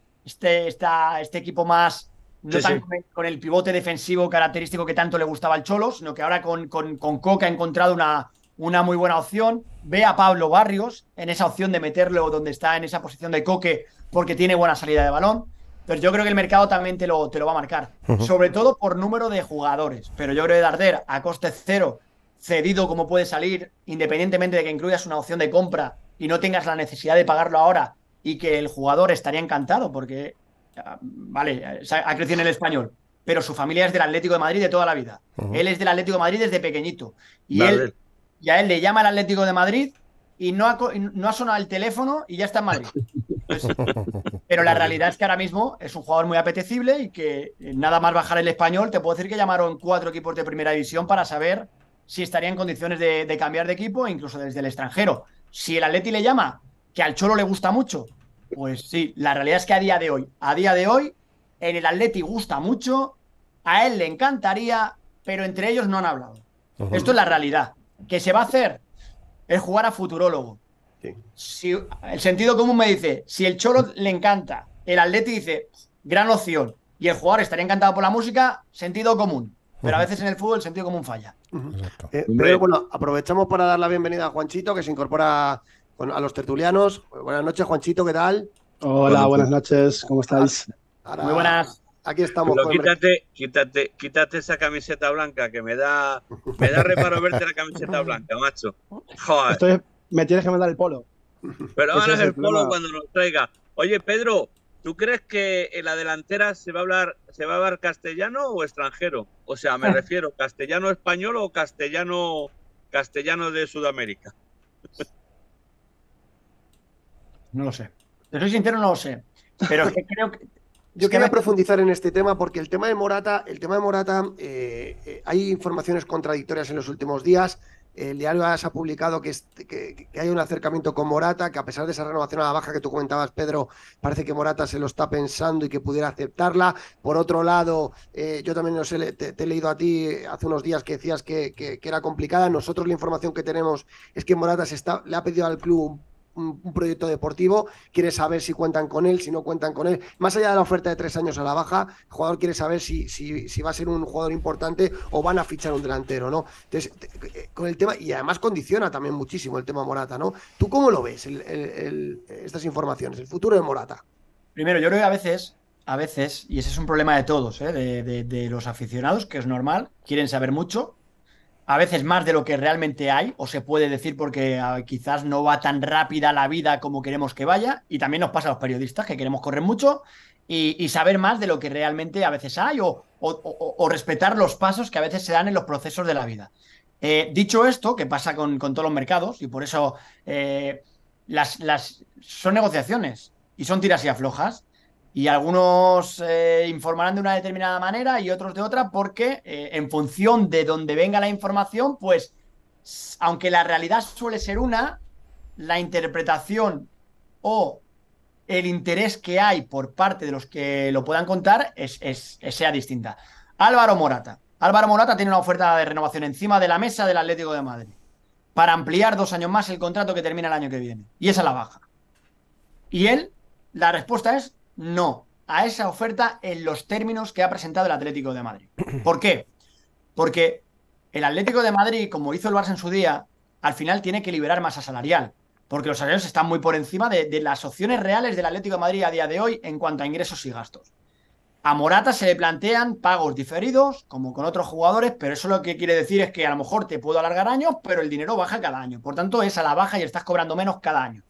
equipo más, no tan con el pivote defensivo característico que tanto le gustaba al Cholo, sino que ahora con Coque ha encontrado una muy buena opción. Ve a Pablo Barrios en esa opción de meterlo donde está en esa posición de Coque porque tiene buena salida de balón. Entonces yo creo que el mercado también te lo va a marcar, sobre todo por número de jugadores. Pero yo creo que Darder a coste cero, cedido como puede salir, independientemente de que incluyas una opción de compra y no tengas la necesidad de pagarlo ahora y que el jugador estaría encantado porque, vale, ha crecido en el Español, pero su familia es del Atlético de Madrid de toda la vida. Él es del Atlético de Madrid desde pequeñito. Y a él le llama al Atlético de Madrid y no ha sonado el teléfono y ya está en Madrid. Entonces, pero la realidad es que ahora mismo es un jugador muy apetecible y que nada más bajar el Español, te puedo decir que llamaron 4 equipos de primera división para saber si estaría en condiciones de cambiar de equipo, incluso desde el extranjero. Si el Atleti le llama, que al Cholo le gusta mucho, pues sí, la realidad es que a día de hoy, en el Atleti gusta mucho, a él le encantaría, pero entre ellos no han hablado. Esto es la realidad. ¿Qué se va a hacer? Es jugar a futurólogo. Sí. Si el sentido común me dice, si el Cholo le encanta, el Atleti dice, gran opción, y el jugador estaría encantado por la música, sentido común. Pero a veces en el fútbol el sentido común falla. Pero bueno, aprovechamos para dar la bienvenida a Juanchito, que se incorpora a los tertulianos. Buenas noches, Juanchito, ¿qué tal? Hola, buenas noches, ¿cómo estáis? Ahora, muy buenas. Aquí estamos. Pero quítate esa camiseta blanca, que me da reparo verte la camiseta blanca, macho. Joder. Me tienes que mandar el polo. Pero ahora es el polo cuando nos traiga. Oye, Pedro, ¿tú crees que en la delantera se va a hablar castellano o extranjero? O sea, me refiero, ¿castellano español o castellano de Sudamérica? No lo sé. Te soy sincero, no lo sé. Pero es que creo que... Yo quería profundizar en este tema porque el tema de Morata, hay informaciones contradictorias en los últimos días. El diario AS ha publicado que hay un acercamiento con Morata, que a pesar de esa renovación a la baja que tú comentabas, Pedro, parece que Morata se lo está pensando y que pudiera aceptarla. Por otro lado, yo también no sé, te he leído a ti hace unos días que decías que era complicada. Nosotros la información que tenemos es que Morata le ha pedido al club un proyecto deportivo, quiere saber si cuentan con él, si no cuentan con él. Más allá de la oferta de 3 años a la baja, el jugador quiere saber si va a ser un jugador importante o van a fichar un delantero, ¿no? Entonces, con el tema, y además condiciona también muchísimo el tema Morata, ¿no? ¿Tú cómo lo ves, estas informaciones, el futuro de Morata? Primero, yo creo que a veces, y ese es un problema de todos, de los aficionados, que es normal, quieren saber mucho, a veces más de lo que realmente hay, o se puede decir porque quizás no va tan rápida la vida como queremos que vaya, y también nos pasa a los periodistas que queremos correr mucho y saber más de lo que realmente a veces hay o respetar los pasos que a veces se dan en los procesos de la vida. Dicho esto, que pasa con todos los mercados, y por eso son negociaciones y son tiras y aflojas. Y algunos informarán de una determinada manera y otros de otra porque en función de donde venga la información, pues aunque la realidad suele ser una, la interpretación o el interés que hay por parte de los que lo puedan contar sea distinta. Álvaro Morata tiene una oferta de renovación encima de la mesa del Atlético de Madrid para ampliar 2 años más el contrato que termina el año que viene. Y esa es la baja. Y la respuesta es no a esa oferta en los términos que ha presentado el Atlético de Madrid. ¿Por qué? Porque el Atlético de Madrid, como hizo el Barça en su día, al final tiene que liberar masa salarial. porque los salarios están muy por encima de las opciones reales del Atlético de Madrid a día de hoy en cuanto a ingresos y gastos. A Morata se le plantean pagos diferidos, como con otros jugadores, pero eso lo que quiere decir es que a lo mejor te puedo alargar años, pero el dinero baja cada año. Por tanto, es a la baja y estás cobrando menos cada año.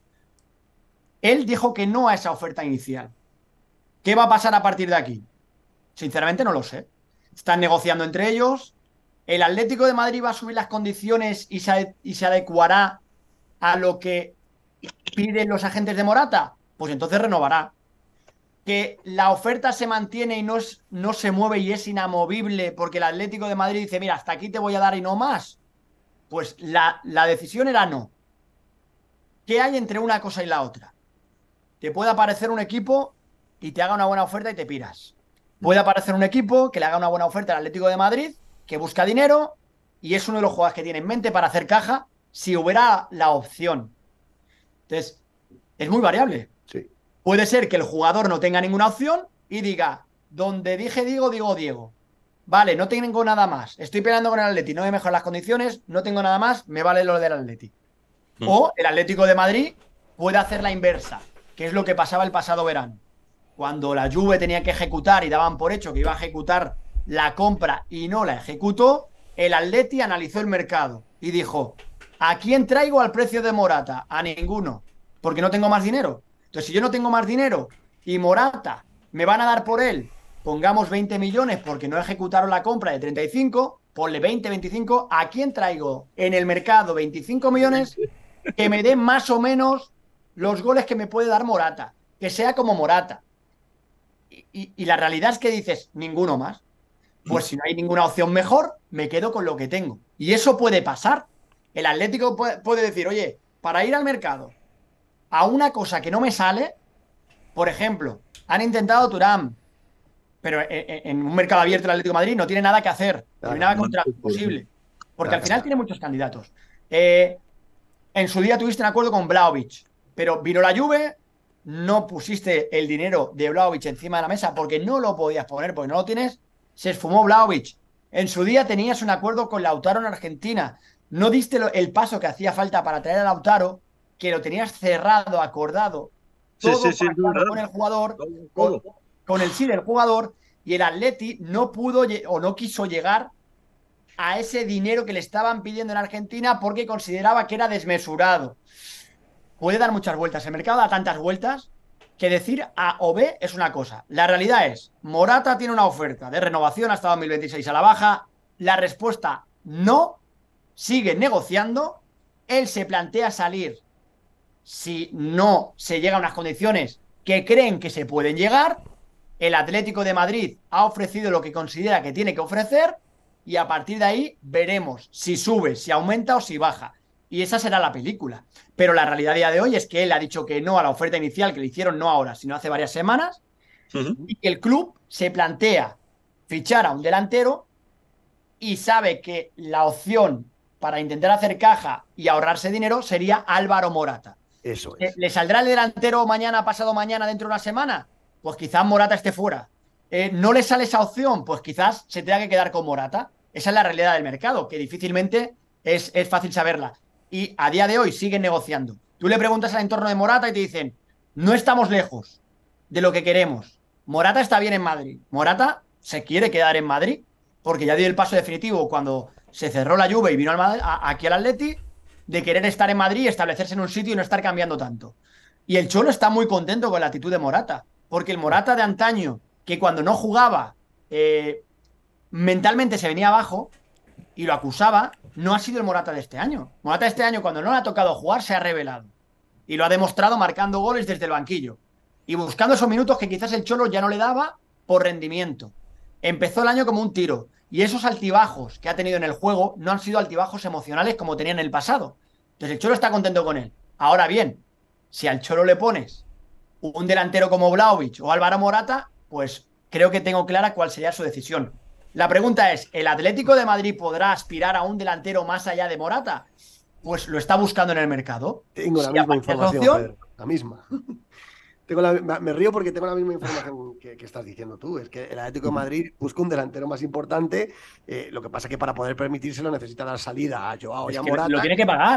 Él dijo que no a esa oferta inicial. ¿Qué va a pasar a partir de aquí? Sinceramente no lo sé. Están negociando entre ellos. ¿El Atlético de Madrid va a subir las condiciones y se adecuará a lo que piden los agentes de Morata? Pues entonces renovará. Que la oferta se mantiene y no se mueve y es inamovible porque el Atlético de Madrid dice, mira, hasta aquí te voy a dar y no más. Pues la decisión era no. ¿Qué hay entre una cosa y la otra? Te puede aparecer un equipo y te haga una buena oferta y te piras. Puede aparecer un equipo que le haga una buena oferta al Atlético de Madrid, que busca dinero y es uno de los jugadores que tiene en mente para hacer caja si hubiera la opción. Entonces, es muy variable. Sí. Puede ser que el jugador no tenga ninguna opción y diga, donde dije digo, digo Diego. Vale, no tengo nada más. Estoy peleando con el Atleti, no me mejoran las condiciones, no tengo nada más, me vale lo del Atleti. O el Atlético de Madrid puede hacer la inversa, que es lo que pasaba el pasado verano. Cuando la Juve tenía que ejecutar y daban por hecho que iba a ejecutar la compra y no la ejecutó, el Atleti analizó el mercado y dijo, ¿a quién traigo al precio de Morata? A ninguno, porque no tengo más dinero. Entonces, si yo no tengo más dinero y Morata me van a dar por él, pongamos 20 millones porque no ejecutaron la compra de 35, ponle 20, 25, ¿a quién traigo en el mercado 25 millones que me den más o menos los goles que me puede dar Morata? Que sea como Morata. Y la realidad es que dices, ninguno más. Pues si no hay ninguna opción mejor, me quedo con lo que tengo. Y eso puede pasar. El Atlético puede decir, oye, para ir al mercado a una cosa que no me sale, por ejemplo, han intentado Thuram, pero en un mercado abierto el Atlético de Madrid no tiene nada que hacer, no hay nada posible, porque al final tiene muchos candidatos. En su día tuviste un acuerdo con Vlahovic, pero vino la Juve, no pusiste el dinero de Vlahovic encima de la mesa porque no lo podías poner, porque no lo tienes, se esfumó Vlahovic. En su día tenías un acuerdo con Lautaro en Argentina, no diste el paso que hacía falta para traer a Lautaro, que lo tenías cerrado, acordado, todo con el jugador, con el sí del jugador, y el Atleti no pudo o no quiso llegar a ese dinero que le estaban pidiendo en Argentina porque consideraba que era desmesurado. Puede dar muchas vueltas, el mercado da tantas vueltas que decir A o B es una cosa. La realidad es, Morata tiene una oferta de renovación hasta 2026 a la baja, la respuesta no, sigue negociando, él se plantea salir si no se llega a unas condiciones que creen que se pueden llegar. El Atlético de Madrid ha ofrecido lo que considera que tiene que ofrecer y a partir de ahí veremos si sube, si aumenta o si baja. Y esa será la película. Pero la realidad a día de hoy es que él ha dicho que no a la oferta inicial que le hicieron no ahora, sino hace varias semanas, y que el club se plantea fichar a un delantero y sabe que la opción para intentar hacer caja y ahorrarse dinero sería Álvaro Morata. Eso es. ¿Le saldrá el delantero mañana, pasado mañana, dentro de una semana? Pues quizás Morata esté fuera. ¿No le sale esa opción? Pues quizás se tenga que quedar con Morata. Esa es la realidad del mercado, que difícilmente es fácil saberla. Y a día de hoy siguen negociando. Tú le preguntas al entorno de Morata y te dicen, no estamos lejos de lo que queremos. Morata está bien en Madrid. Morata se quiere quedar en Madrid porque ya dio el paso definitivo cuando se cerró la Juve y vino aquí al Atleti, de querer estar en Madrid y establecerse en un sitio y no estar cambiando tanto. Y el Cholo está muy contento con la actitud de Morata, porque el Morata de antaño, que cuando no jugaba mentalmente se venía abajo y lo acusaba, no ha sido el Morata de este año. Morata de este año, cuando no le ha tocado jugar, se ha revelado. Y lo ha demostrado marcando goles desde el banquillo. Y buscando esos minutos que quizás el Cholo ya no le daba por rendimiento. Empezó el año como un tiro. Y esos altibajos que ha tenido en el juego no han sido altibajos emocionales como tenía en el pasado. Entonces el Cholo está contento con él. Ahora bien, si al Cholo le pones un delantero como Vlahovic o Álvaro Morata, pues creo que tengo clara cuál sería su decisión. La pregunta es, ¿el Atlético de Madrid podrá aspirar a un delantero más allá de Morata? Pues lo está buscando en el mercado. Tengo la misma información, Pedro, la misma. Me río porque tengo la misma información que estás diciendo tú. Es que el Atlético de Madrid busca un delantero más importante. Lo que pasa es que para poder permitírselo necesita dar salida a Joao y a Morata. Lo tiene que pagar.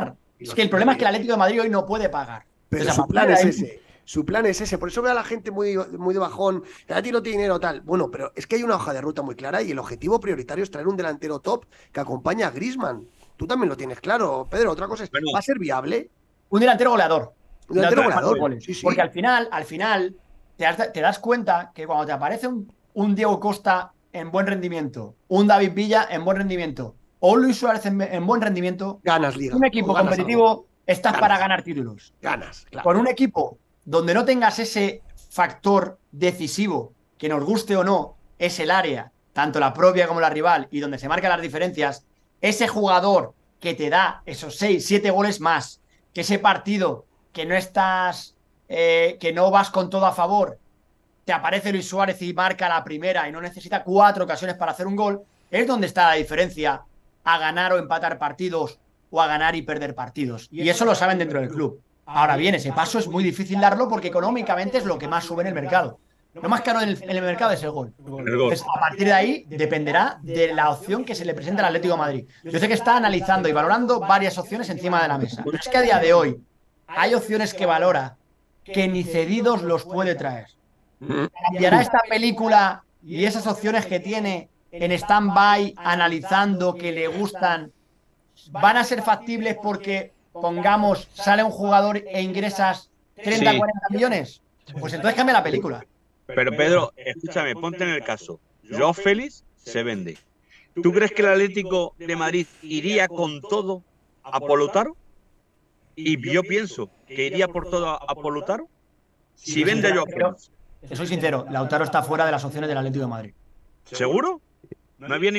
Es que el problema es que el Atlético de Madrid hoy no puede pagar. Pero Entonces, su a partir plan de es ahí- ese. Su plan es ese. Por eso veo a la gente muy de bajón. El Atleti no tiene dinero, tal. Bueno, pero es que hay una hoja de ruta muy clara y el objetivo prioritario es traer un delantero top que acompañe a Griezmann. Tú también lo tienes claro, Pedro. Otra cosa es, Bueno. ¿va a ser viable? Un delantero goleador. Un delantero Delantero que goleador. marque goles. Sí, sí. Porque al final te das cuenta que cuando te aparece un Diego Costa en buen rendimiento, un David Villa en buen rendimiento, o un Luis Suárez en buen rendimiento, Ganas liga. un equipo O ganas competitivo algo. estás Ganas. para ganar títulos. Ganas, claro. Con un equipo donde no tengas ese factor decisivo, que nos guste o no, es el área, tanto la propia como la rival, y donde se marcan las diferencias, ese jugador que te da esos 6, 7 goles más, que ese partido que no estás, que no vas con todo a favor, te aparece Luis Suárez y marca la primera y no necesita 4 ocasiones para hacer un gol, es donde está la diferencia a ganar o empatar partidos o a ganar y perder partidos. Y eso lo saben dentro del club. Ahora bien, ese paso es muy difícil darlo porque económicamente es lo que más sube en el mercado. Lo más caro en el mercado es el gol. El gol. Entonces, a partir de ahí dependerá de la opción que se le presente al Atlético de Madrid. Yo sé que está analizando y valorando varias opciones encima de la mesa. Pero es que a día de hoy hay opciones que valora que ni cedidos los puede traer. ¿Cambiará esta película y esas opciones que tiene en stand-by analizando que le gustan van a ser factibles porque, pongamos, sale un jugador e ingresas 30, Sí. 40 millones? Pues entonces cambia la película. Pero Pedro, escúchame, ponte en el caso. Joao Félix se vende. ¿Tú crees que el Atlético de Madrid iría con todo a Polutaro? Y yo pienso que iría por todo a Polutaro. Si vende a Joao Félix. Te soy sincero, Lautaro está fuera de las opciones del Atlético de Madrid. ¿Seguro? No había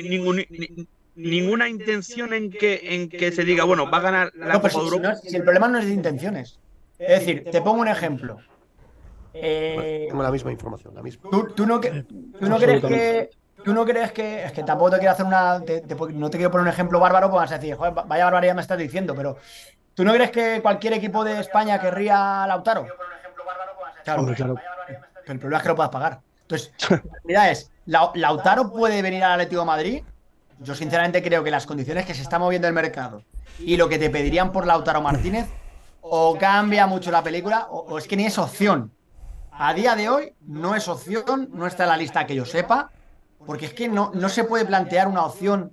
ninguna intención en que se diga, bueno, va a ganar la No, pero Copa de Europa. si el problema no es de intenciones. Es decir, te pongo un ejemplo. Tengo la misma información, la misma. ¿Tú no crees que es que tampoco te quiero hacer no te quiero poner un ejemplo bárbaro, pues vas a decir, joder, vaya barbaridad me estás diciendo, pero ¿tú no crees que cualquier equipo de España querría a Lautaro? Claro, Hombre, claro. pero el problema es que lo puedas pagar. Entonces, la realidad es, ¿Lautaro puede venir al Atlético de Madrid? Yo sinceramente creo que las condiciones que se está moviendo el mercado y lo que te pedirían por Lautaro Martínez o cambia mucho la película o es que ni es opción. A día de hoy no es opción, no está en la lista que yo sepa, porque es que no se puede plantear una opción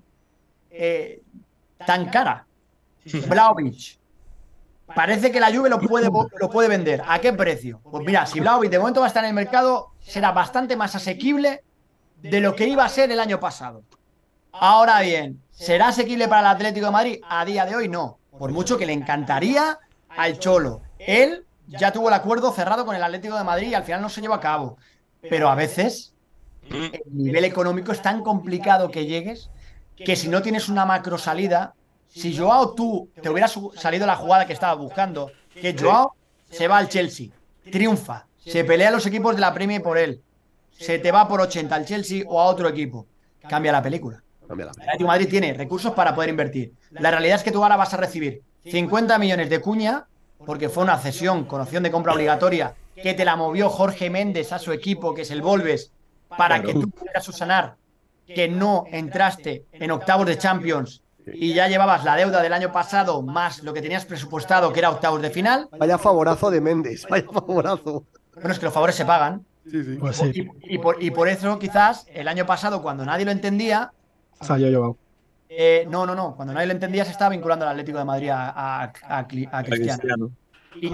tan cara. Vlahovic. Parece que la Juve lo puede vender. ¿A qué precio? Pues mira, si Vlahovic de momento va a estar en el mercado, será bastante más asequible de lo que iba a ser el año pasado. Ahora bien, ¿será asequible para el Atlético de Madrid? A día de hoy no. Por mucho que le encantaría al Cholo. Él ya tuvo el acuerdo cerrado con el Atlético de Madrid y al final no se llevó a cabo. Pero a veces el nivel económico es tan complicado que llegues que si no tienes una macro salida, si Joao tú te hubieras salido la jugada que estaba buscando, que Joao se va al Chelsea, triunfa, se pelea a los equipos de la Premier por él, se te va por 80 al Chelsea o a otro equipo, cambia la película. El Atlético de Madrid tiene recursos para poder invertir. La realidad es que tú ahora vas a recibir 50 millones de cuña porque fue una cesión con opción de compra obligatoria que te la movió Jorge Méndez a su equipo, que es el Volves, para que tú pudieras subsanar que no entraste en octavos de Champions y ya llevabas la deuda del año pasado más lo que tenías presupuestado, que era octavos de final. Vaya favorazo de Méndez, vaya favorazo. Bueno, es que los favores se pagan. Sí, sí. Pues sí. Y por eso quizás el año pasado, cuando nadie lo entendía, Salió Joao. cuando nadie lo entendía se estaba vinculando al Atlético de Madrid a Cristiano. Cristiano. Y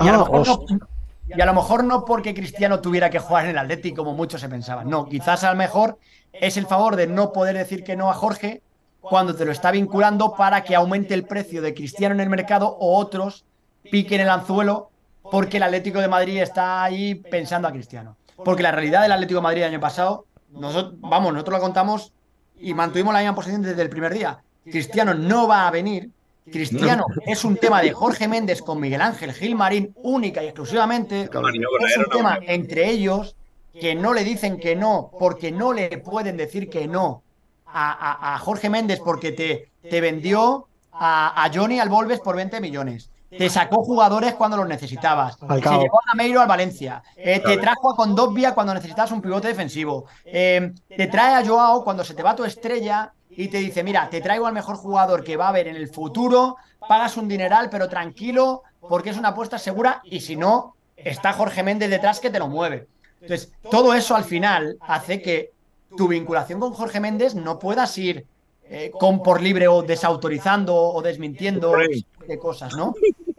a lo mejor no porque Cristiano tuviera que jugar en el Atlético como muchos se pensaban. No, quizás a lo mejor es el favor de no poder decir que no a Jorge cuando te lo está vinculando para que aumente el precio de Cristiano en el mercado o otros piquen el anzuelo porque el Atlético de Madrid está ahí pensando a Cristiano. Porque la realidad del Atlético de Madrid el año pasado, nosotros lo contamos y mantuvimos la misma posición desde el primer día. Cristiano no va a venir. Cristiano es un tema de Jorge Méndez con Miguel Ángel Gilmarín única y exclusivamente. Es un tema entre ellos que no le dicen que no porque no le pueden decir que no a Jorge Méndez porque te vendió a Johnny al Volves por 20 millones. Te sacó jugadores cuando los necesitabas. Se llevó a Gameiro al Valencia. Te trajo a Condovia cuando necesitabas un pivote defensivo. Te trae a Joao cuando se te va tu estrella y te dice, mira, te traigo al mejor jugador que va a haber en el futuro, pagas un dineral, pero tranquilo, porque es una apuesta segura, y si no, está Jorge Méndez detrás que te lo mueve. Entonces, todo eso al final hace que tu vinculación con Jorge Méndez no puedas ir por libre o desautorizando o desmintiendo de cosas, ¿no?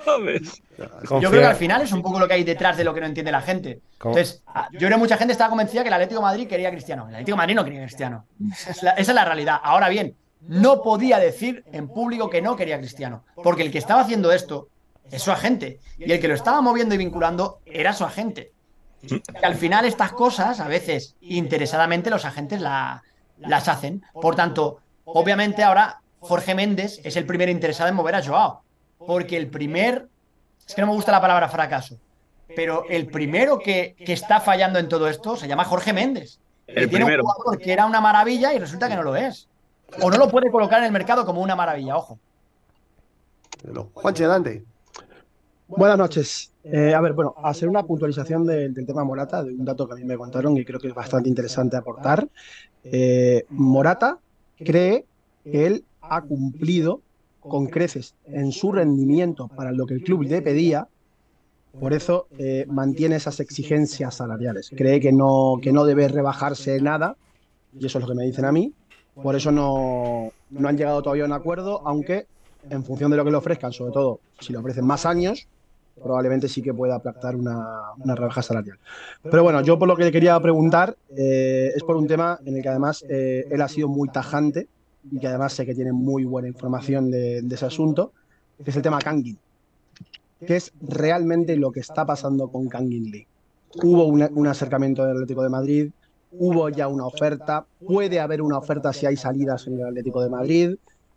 Yo creo que al final es un poco lo que hay detrás de lo que no entiende la gente. Entonces, yo creo que mucha gente estaba convencida que el Atlético de Madrid quería a Cristiano. El Atlético de Madrid no quería a Cristiano. Esa es la realidad. Ahora bien, no podía decir en público que no quería a Cristiano, porque el que estaba haciendo esto es su agente, y el que lo estaba moviendo y vinculando era su agente. Y al final estas cosas, a veces, interesadamente, los agentes las hacen. Por tanto, obviamente ahora Jorge Méndez es el primer interesado en mover a Joao, porque el primer, es que no me gusta la palabra fracaso, pero el primero que está fallando en todo esto se llama Jorge Méndez. El tiene primero. un jugador que era una maravilla y resulta que no lo es. O no lo puede colocar en el mercado como una maravilla, ojo. Juanchi, adelante. Buenas noches. A ver, bueno, hacer una puntualización del tema Morata, de un dato que a mí me contaron y creo que es bastante interesante aportar. Morata cree que él ha cumplido con creces en su rendimiento para lo que el club le pedía, por eso mantiene esas exigencias salariales. Cree que no debe rebajarse nada, y eso es lo que me dicen a mí. Por eso no han llegado todavía a un acuerdo, aunque en función de lo que le ofrezcan, sobre todo si le ofrecen más años, probablemente sí que pueda pactar una rebaja salarial. Pero bueno, yo por lo que le quería preguntar es por un tema en el que además él ha sido muy tajante y que además sé que tiene muy buena información de ese asunto, que es el tema Kangin. ¿Qué es realmente lo que está pasando con Kangin Lee? Hubo un acercamiento del Atlético de Madrid, hubo ya una oferta, puede haber una oferta si hay salidas en el Atlético de Madrid.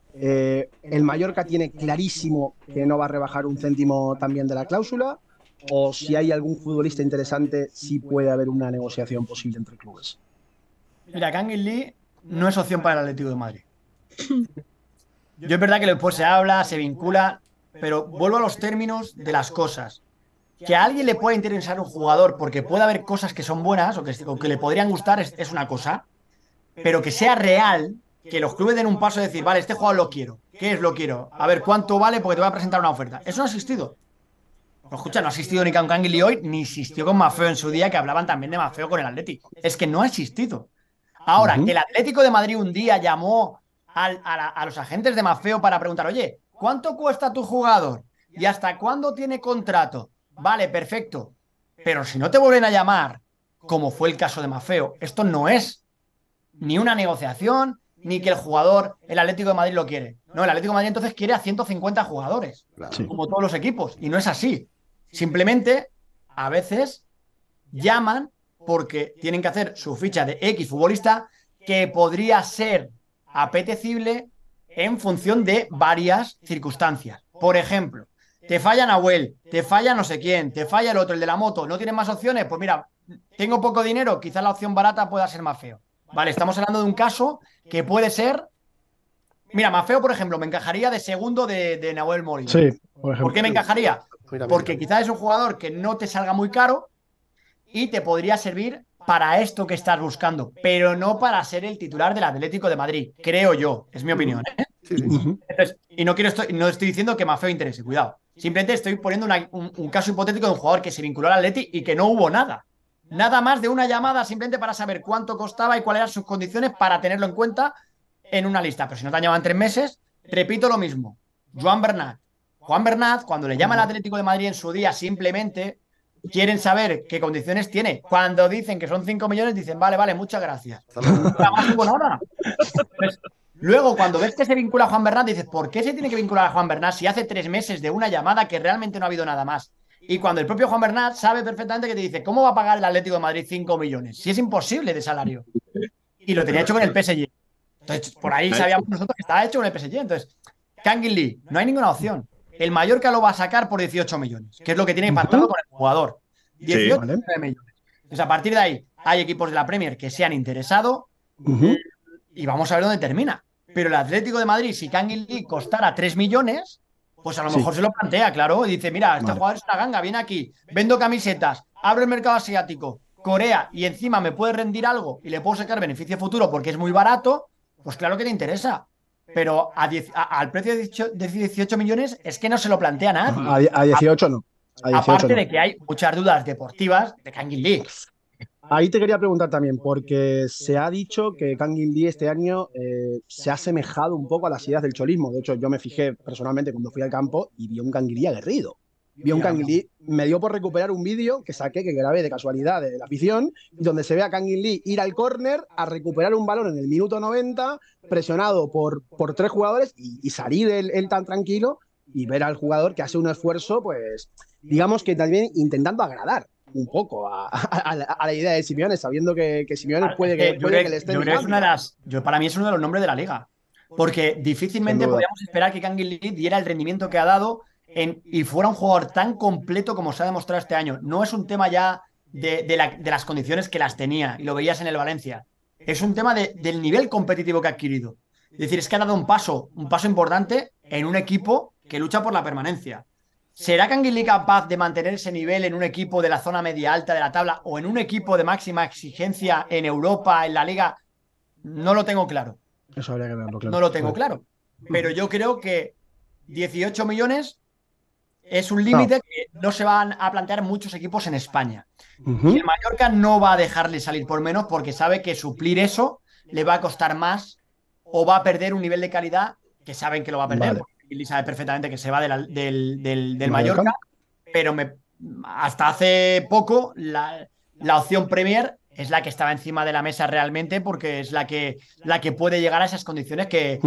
El Mallorca tiene clarísimo que no va a rebajar un céntimo también de la cláusula, o si hay algún futbolista interesante, sí puede haber una negociación posible entre clubes. Mira, Kangin Lee no es opción para el Atlético de Madrid. Yo es verdad que después se habla, se vincula, pero vuelvo a los términos de las cosas. Que a alguien le pueda interesar un jugador porque puede haber cosas que son buenas o que le podrían gustar es una cosa, pero que sea real, que los clubes den un paso de decir, vale, este jugador lo quiero. ¿Qué es lo quiero? A ver, ¿cuánto vale? Porque te voy a presentar una oferta. Eso no ha existido. No, escucha, no ha existido ni con Kangin Lee hoy, ni existió con Maffeo en su día, que hablaban también de Maffeo con el Atlético. Es que no ha existido. Ahora, que el Atlético de Madrid un día llamó a los agentes de Maffeo para preguntar, oye, ¿cuánto cuesta tu jugador? ¿Y hasta cuándo tiene contrato? Vale, perfecto. Pero si no te vuelven a llamar, como fue el caso de Maffeo, esto no es ni una negociación, ni que el jugador, el Atlético de Madrid lo quiere. No, el Atlético de Madrid entonces quiere a 150 jugadores, como todos los equipos, y no es así. Simplemente, a veces, llaman porque tienen que hacer su ficha de X futbolista que podría ser apetecible en función de varias circunstancias. Por ejemplo, te falla Nahuel, te falla no sé quién, te falla el otro, el de la moto, ¿no tienes más opciones? Pues mira, tengo poco dinero, quizás la opción barata pueda ser Maffeo. Vale, estamos hablando de un caso que puede ser... Mira, Maffeo, por ejemplo, me encajaría de segundo de Nahuel Molina. Sí, por ejemplo. ¿Por qué me encajaría? Porque quizás es un jugador que no te salga muy caro y te podría servir para esto que estás buscando, pero no para ser el titular del Atlético de Madrid, creo yo, es mi opinión, ¿eh? Sí, sí. Entonces, y no estoy diciendo que Maffeo interese, cuidado. Simplemente estoy poniendo un caso hipotético de un jugador que se vinculó al Atleti y que no hubo nada. Nada más de una llamada simplemente para saber cuánto costaba y cuáles eran sus condiciones para tenerlo en cuenta en una lista. Pero si no te han llamado en 3 meses, repito lo mismo. Juan Bernat, cuando le llama al Atlético de Madrid en su día, simplemente quieren saber qué condiciones tiene. Cuando dicen que son 5 millones, dicen, vale, muchas gracias. Nada más hubo nada. Pues, luego, cuando ves que se vincula a Juan Bernat, dices, ¿por qué se tiene que vincular a Juan Bernat si hace 3 meses de una llamada que realmente no ha habido nada más? Y cuando el propio Juan Bernat sabe perfectamente que te dice, ¿cómo va a pagar el Atlético de Madrid 5 millones? Si es imposible de salario. Y lo tenía hecho con el PSG. Entonces, por ahí sabíamos nosotros que estaba hecho con el PSG. Entonces, Kangin Lee, no hay ninguna opción. El Mallorca lo va a sacar por 18 millones, que es lo que tiene pactado con el jugador. 18 millones. Entonces, a partir de ahí, hay equipos de la Premier que se han interesado y vamos a ver dónde termina. Pero el Atlético de Madrid, si Kangin Lee costara 3 millones, pues a lo mejor se lo plantea, claro, y dice, mira, este jugador es una ganga, viene aquí, vendo camisetas, abro el mercado asiático, Corea, y encima me puede rendir algo y le puedo sacar beneficio futuro porque es muy barato, pues claro que te interesa. Pero al precio de 18 millones es que no se lo plantea nadie. A 18 no. A 18 Aparte no. de que hay muchas dudas deportivas de Kangin Lee. Ahí te quería preguntar también, porque se ha dicho que Kangin Lee este año se ha asemejado un poco a las ideas del cholismo. De hecho, yo me fijé personalmente cuando fui al campo y vi a un Kangin Lee aguerrido. Vi a un Kangin Lee, me dio por recuperar un vídeo que saqué, que grabé de casualidad de la afición, donde se ve a Kangin Lee ir al córner a recuperar un balón en el minuto 90, presionado por 3 jugadores y salir él tan tranquilo y ver al jugador que hace un esfuerzo, pues, digamos que también intentando agradar un poco a la idea de Simeone, sabiendo que Simeone puede que le esté mirando. Para mí es uno de los nombres de la liga. Porque difícilmente podíamos esperar que Kangin Lee diera el rendimiento que ha dado y fuera un jugador tan completo como se ha demostrado este año. No es un tema ya de las condiciones que las tenía y lo veías en el Valencia. Es un tema del nivel competitivo que ha adquirido. Es decir, es que ha dado un paso importante en un equipo que lucha por la permanencia. ¿Será Kangin Lee capaz de mantener ese nivel en un equipo de la zona media alta de la tabla o en un equipo de máxima exigencia en Europa, en la Liga? No lo tengo claro. Eso habría que verlo, claro. No lo tengo claro. Pero yo creo que 18 millones es un límite que no se van a plantear muchos equipos en España. Y el Mallorca no va a dejarle salir por menos porque sabe que suplir eso le va a costar más o va a perder un nivel de calidad que saben que lo va a perder. Vale. Billy sabe perfectamente que se va del Mallorca, pero hasta hace poco la opción Premier es la que estaba encima de la mesa realmente porque es la que puede llegar a esas condiciones que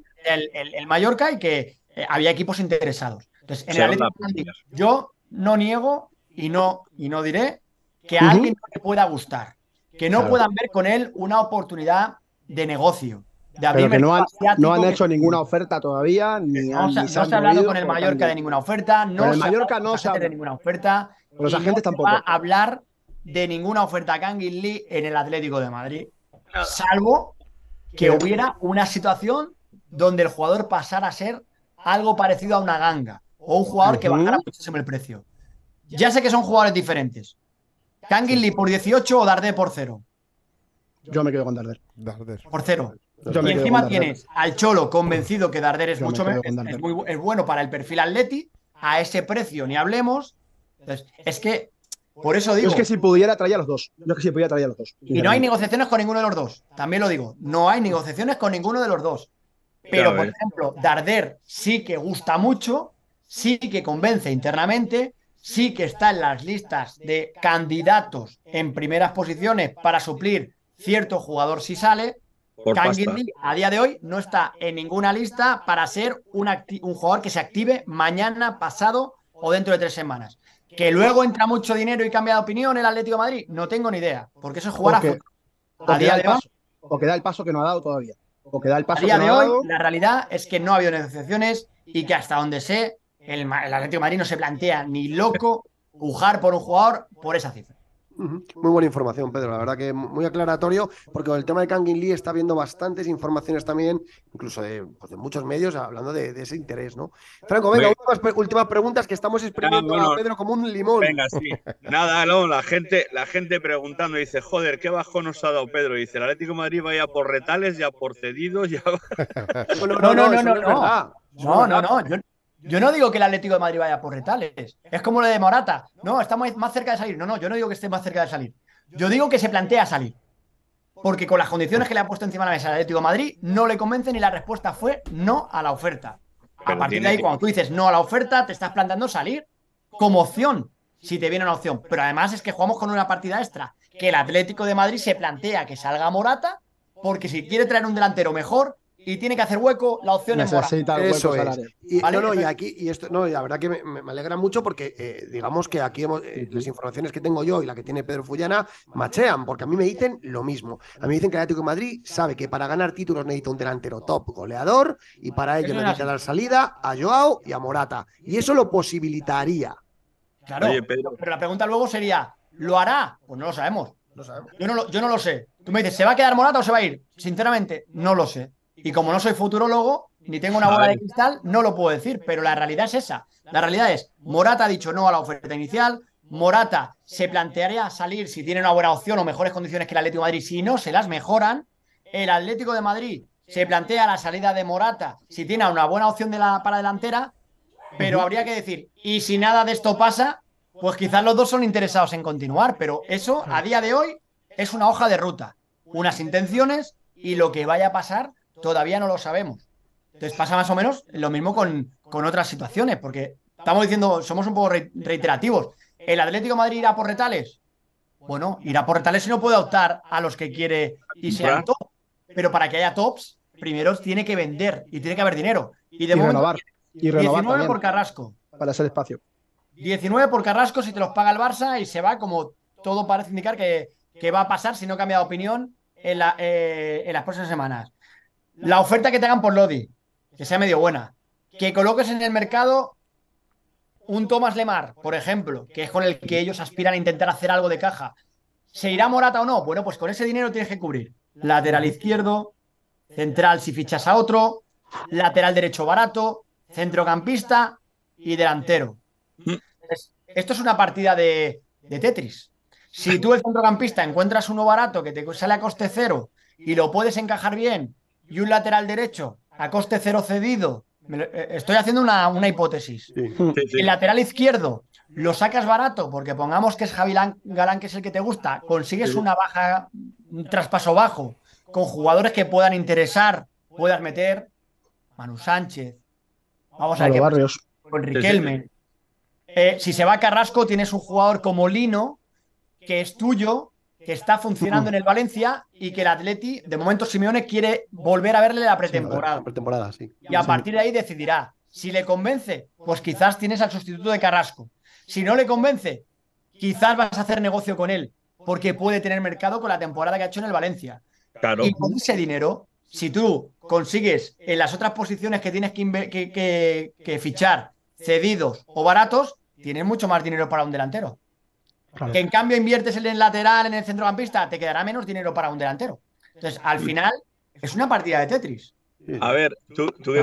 el Mallorca y que había equipos interesados. Entonces, en el Atlético yo no niego y no diré que a alguien no le pueda gustar, que no puedan ver con él una oportunidad de negocio. Pero que no han hecho ninguna oferta todavía. No se ha hablado con el Mallorca de ninguna oferta. No el se Mallorca no se ha de ninguna oferta. Los agentes tampoco. Va a hablar de ninguna oferta a Kangin Lee en el Atlético de Madrid. Salvo que hubiera una situación donde el jugador pasara a ser algo parecido a una ganga o un jugador que bajara muchísimo el precio. Ya sé que son jugadores diferentes. Kangin Lee por 18 o Darder por 0. Yo me quedo con Darder. Por 0. Y encima tienes al Cholo convencido que Darder es es bueno para el perfil Atleti. A ese precio ni hablemos. Entonces, es que, por eso digo. Yo es que si pudiera traía los dos. Y no hay negociaciones con ninguno de los dos. También lo digo. No hay negociaciones con ninguno de los dos. Pero, por ejemplo, Darder sí que gusta mucho, sí que convence internamente, sí que está en las listas de candidatos en primeras posiciones para suplir cierto jugador si sale. Kangin Lee a día de hoy no está en ninguna lista para ser un jugador que se active mañana, pasado o dentro de 3 semanas. Que luego entra mucho dinero y cambia de opinión el Atlético de Madrid, no tengo ni idea, porque eso es jugar a día de hoy. O que da el paso que no ha dado todavía. A día de hoy, la realidad es que no ha habido negociaciones y que hasta donde sé, el Atlético de Madrid no se plantea ni loco pujar por un jugador por esa cifra. Muy buena información, Pedro, la verdad que muy aclaratorio, porque con el tema de Kangin Lee está habiendo bastantes informaciones también, incluso de muchos medios, hablando de ese interés, ¿no? Franco, venga, últimas preguntas que estamos exprimiendo a Pedro como un limón. Venga, sí. Nada, no, la gente preguntando, dice, joder, qué bajón nos ha dado Pedro. Dice, el Atlético de Madrid vaya por retales, ya por cedidos, ya... No. Yo no digo que el Atlético de Madrid vaya por retales. Es como lo de Morata. No, estamos más cerca de salir. No, yo no digo que esté más cerca de salir. Yo digo que se plantea salir. Porque con las condiciones que le ha puesto encima de la mesa el Atlético de Madrid, no le convencen y la respuesta fue no a la oferta. A partir de ahí, cuando tú dices no a la oferta, te estás planteando salir como opción, si te viene una opción. Pero además es que jugamos con una partida extra. Que el Atlético de Madrid se plantea que salga Morata, porque si quiere traer un delantero mejor y tiene que hacer hueco, la opción es Morata. Eso es. Y la verdad que me alegra mucho porque digamos que aquí las informaciones que tengo yo y la que tiene Pedro Fullana machean, porque a mí me dicen lo mismo. A mí me dicen que el Atlético de Madrid sabe que para ganar títulos necesita un delantero top goleador y para ello necesita dar salida a Joao y a Morata. Y eso lo posibilitaría. Claro, oye, pero la pregunta luego sería, ¿lo hará? Pues no lo sabemos. Yo no lo sé. Tú me dices, ¿se va a quedar Morata o se va a ir? Sinceramente, no lo sé. Y como no soy futurólogo, ni tengo una bola de cristal, no lo puedo decir, pero la realidad es esa. La realidad es, Morata ha dicho no a la oferta inicial, Morata se plantearía salir si tiene una buena opción o mejores condiciones que el Atlético de Madrid, si no se las mejoran, el Atlético de Madrid se plantea la salida de Morata, si tiene una buena opción para delantera, pero habría que decir, y si nada de esto pasa, pues quizás los dos son interesados en continuar, pero eso a día de hoy es una hoja de ruta, unas intenciones y lo que vaya a pasar todavía no lo sabemos. Entonces pasa más o menos lo mismo con otras situaciones, porque estamos diciendo, somos un poco reiterativos. ¿El Atlético de Madrid irá por retales? Bueno, irá por retales si no puede optar a los que quiere y sean top. Pero para que haya tops, primero tiene que vender y tiene que haber dinero. Y de momento, renovar. Y 19 también, por Carrasco. para hacer espacio. 19 por Carrasco si te los paga el Barça y se va, como todo parece indicar que va a pasar si no cambia de opinión en las próximas semanas. La oferta que te hagan por Lodi, que sea medio buena. Que coloques en el mercado un Thomas Lemar, por ejemplo, que es con el que ellos aspiran a intentar hacer algo de caja. ¿Se irá Morata o no? Bueno, pues con ese dinero tienes que cubrir lateral izquierdo, central si fichas a otro, lateral derecho barato, centrocampista y delantero. Esto es una partida de Tetris. Si tú, el centrocampista, encuentras uno barato que te sale a coste cero y lo puedes encajar bien, y un lateral derecho a coste cero cedido, estoy haciendo una hipótesis. Sí. El lateral izquierdo lo sacas barato porque pongamos que es Javi Galán, que es el que te gusta, consigues un traspaso bajo con jugadores que puedan interesar, puedas meter Manu Sánchez, vamos a ver qué pasa Barrios. con Riquelme. Si se va Carrasco, tienes un jugador como Lino, que es tuyo, que está funcionando en el Valencia y que el Atleti, de momento Simeone, quiere volver a verle la pretemporada. Pretemporada, sí. Y a partir de ahí decidirá. Si le convence, pues quizás tienes al sustituto de Carrasco. Si no le convence, quizás vas a hacer negocio con él, porque puede tener mercado con la temporada que ha hecho en el Valencia. Claro. Y con ese dinero, si tú consigues en las otras posiciones que tienes que fichar, cedidos o baratos, tienes mucho más dinero para un delantero. Claro. Que en cambio inviertes en el lateral, en el centrocampista, te quedará menos dinero para un delantero. Entonces, al final, es una partida de Tetris. A ver, tú que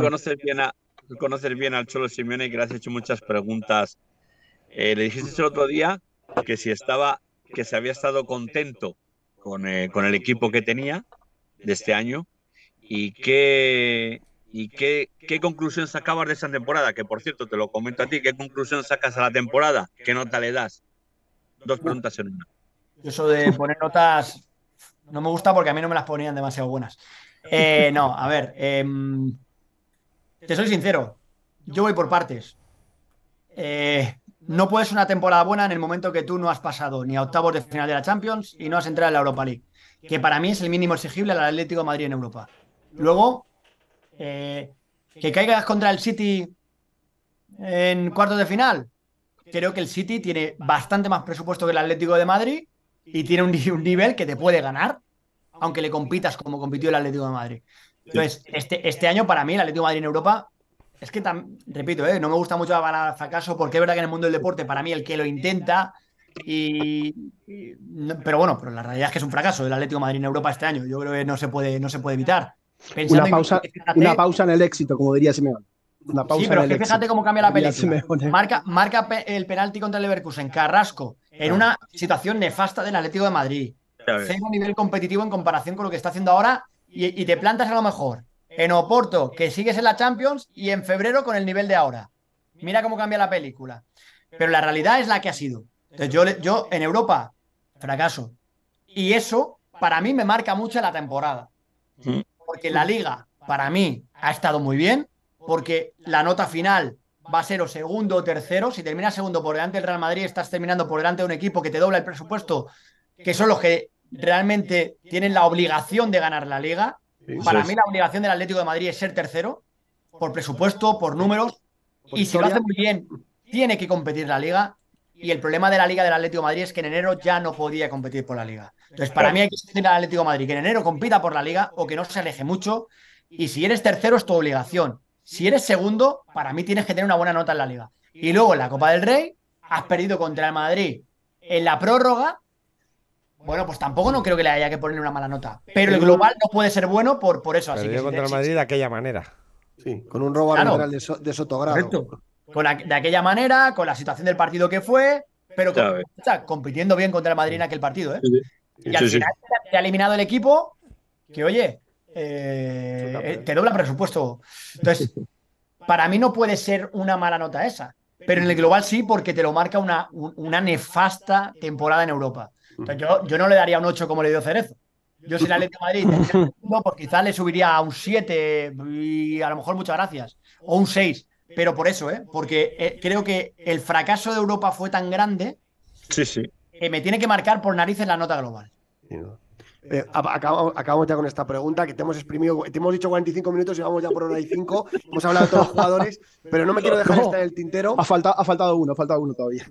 conoces bien al Cholo Simeone y que le has hecho muchas preguntas, le dijiste el otro día que que se había estado contento con el equipo que tenía de este año y qué conclusión sacabas de esa temporada, que por cierto te lo comento a ti, ¿qué conclusión sacas a la temporada? ¿Qué nota le das? Dos preguntas en una. Eso de poner notas no me gusta porque a mí no me las ponían demasiado buenas. No, a ver, te soy sincero, yo voy por partes. No puedes una temporada buena en el momento que tú no has pasado ni a octavos de final de la Champions y no has entrado en la Europa League, que para mí es el mínimo exigible al Atlético de Madrid en Europa. Luego, que caigas contra el City en cuartos de final, creo que el City tiene bastante más presupuesto que el Atlético de Madrid y tiene un nivel que te puede ganar, aunque le compitas como compitió el Atlético de Madrid. Entonces, este año para mí el Atlético de Madrid en Europa, es que, repito, no me gusta mucho la palabra fracaso porque es verdad que en el mundo del deporte, para mí el que lo intenta, pero bueno, pero la realidad es que es un fracaso el Atlético de Madrid en Europa este año. Yo creo que no se puede evitar. Una pausa en el éxito, como diría Simeone. Sí, pero es que fíjate cómo cambia la película. Marca el penalti contra el Leverkusen, Carrasco, en una situación nefasta del Atlético de Madrid. Cero nivel competitivo en comparación con lo que está haciendo ahora y te plantas a lo mejor en Oporto, que sigues en la Champions, y en febrero con el nivel de ahora. Mira cómo cambia la película. Pero la realidad es la que ha sido. Entonces yo en Europa, fracaso. Y eso, para mí, me marca mucho la temporada. Porque la Liga, para mí, ha estado muy bien, porque la nota final va a ser o segundo o tercero. Si terminas segundo por delante del Real Madrid, estás terminando por delante de un equipo que te dobla el presupuesto, que son los que realmente tienen la obligación de ganar la Liga. Para mí la obligación del Atlético de Madrid es ser tercero, por presupuesto, por números, y si lo hace muy bien, tiene que competir la Liga, y el problema de la Liga del Atlético de Madrid es que en enero ya no podía competir por la Liga. Entonces, para mí hay que decirle al Atlético de Madrid que en enero compita por la Liga o que no se aleje mucho, y si eres tercero es tu obligación. Si eres segundo, para mí tienes que tener una buena nota en la Liga. Y luego en la Copa del Rey, has perdido contra el Madrid en la prórroga. Bueno, pues tampoco no creo que le haya que ponerle una mala nota. Pero el global no puede ser bueno por eso. Así que contra el Madrid de aquella manera. Sí, con un robo arbitral de Sotogrado. Correcto. De aquella manera, con la situación del partido que fue, pero compitiendo bien contra el Madrid en aquel partido. Y al final te ha eliminado el equipo que, oye, te dobla presupuesto. Entonces, para mí no puede ser una mala nota esa, pero en el global sí, porque te lo marca una nefasta temporada en Europa. Entonces, yo no le daría un 8 como le dio Cerezo. Yo si el Atlético de Madrid tenía uno, pues quizás le subiría a un 7 y a lo mejor muchas gracias, o un 6, pero por eso, porque creo que el fracaso de Europa fue tan grande Sí, sí. que me tiene que marcar por narices la nota global. Sí, ¿no? Acabamos ya con esta pregunta, que te hemos exprimido, te hemos dicho 45 minutos y vamos ya por hora y 5. Hemos hablado de todos los jugadores, pero no me quiero dejar esta en el tintero. Ha faltado uno todavía.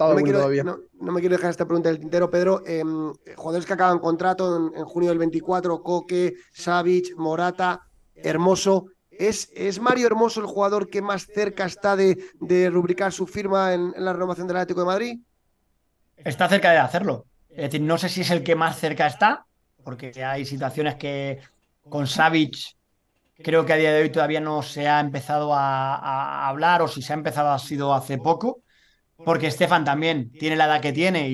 No me quiero dejar esta pregunta en el tintero, Pedro. Jugadores que acaban contrato en junio del 24, Coque, Savic, Morata, Hermoso. ¿Es Mario Hermoso el jugador que más cerca está de rubricar su firma en la renovación del Atlético de Madrid? Está cerca de hacerlo. Es decir, no sé si es el que más cerca está, porque hay situaciones que con Savic creo que a día de hoy todavía no se ha empezado a hablar, o si se ha empezado ha sido hace poco, porque Estefan también tiene la edad que tiene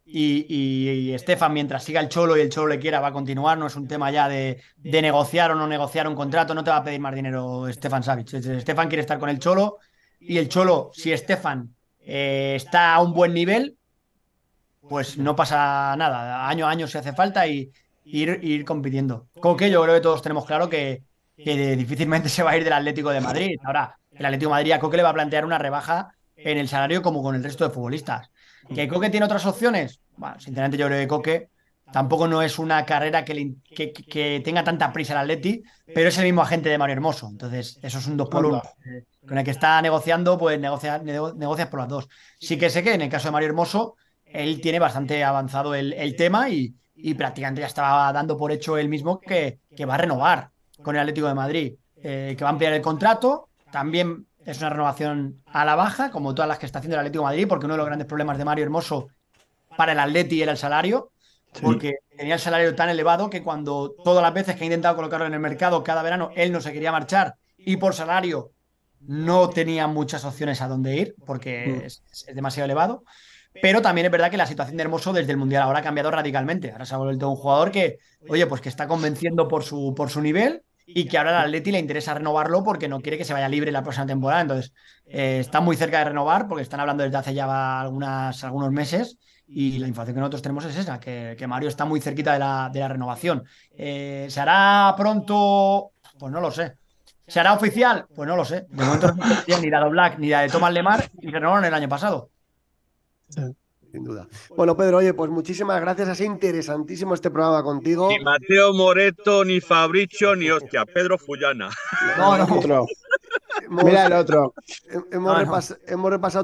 y Estefan, mientras siga el Cholo y el Cholo le quiera, va a continuar. No es un tema ya de negociar o no negociar un contrato, no te va a pedir más dinero Stefan Savic. Estefan quiere estar con el Cholo y el Cholo, si Estefan está a un buen nivel, pues no pasa nada. Año a año se hace falta y ir compitiendo. Coque, yo creo que todos tenemos claro que difícilmente se va a ir del Atlético de Madrid. Ahora, el Atlético de Madrid a Coque le va a plantear una rebaja en el salario como con el resto de futbolistas. ¿Que Coque tiene otras opciones? Bueno, sinceramente yo creo que Coque tampoco no es una carrera que tenga tanta prisa el Atleti, pero es el mismo agente de Mario Hermoso. Entonces, eso es un 2 por 1. Con el que está negociando, pues negocias por las dos. Sí que sé que en el caso de Mario Hermoso, él tiene bastante avanzado el tema y prácticamente ya estaba dando por hecho él mismo que va a renovar con el Atlético de Madrid, que va a ampliar el contrato. También es una renovación a la baja, como todas las que está haciendo el Atlético de Madrid, porque uno de los grandes problemas de Mario Hermoso para el Atleti era el salario, porque tenía el salario tan elevado que cuando todas las veces que ha intentado colocarlo en el mercado cada verano, él no se quería marchar y por salario no tenía muchas opciones a dónde ir, porque es demasiado elevado. Pero también es verdad que la situación de Hermoso desde el Mundial ahora ha cambiado radicalmente. Ahora se ha vuelto un jugador que, oye, pues que está convenciendo por su nivel y que ahora al Atleti le interesa renovarlo porque no quiere que se vaya libre la próxima temporada. Entonces, está muy cerca de renovar porque están hablando desde hace ya algunos meses y la información que nosotros tenemos es esa, que Mario está muy cerquita de la renovación. ¿Se hará pronto? Pues no lo sé. ¿Se hará oficial? Pues no lo sé. De momento no se ni la de Black ni la de Thomas Lemar y renovaron el año pasado. Sin duda. Bueno, Pedro, oye, pues muchísimas gracias. Ha sido interesantísimo este programa contigo. Ni Mateo Moreto, ni Fabricio, ni hostia, Pedro Fullana. Otro. Mira el otro. Hemos repasado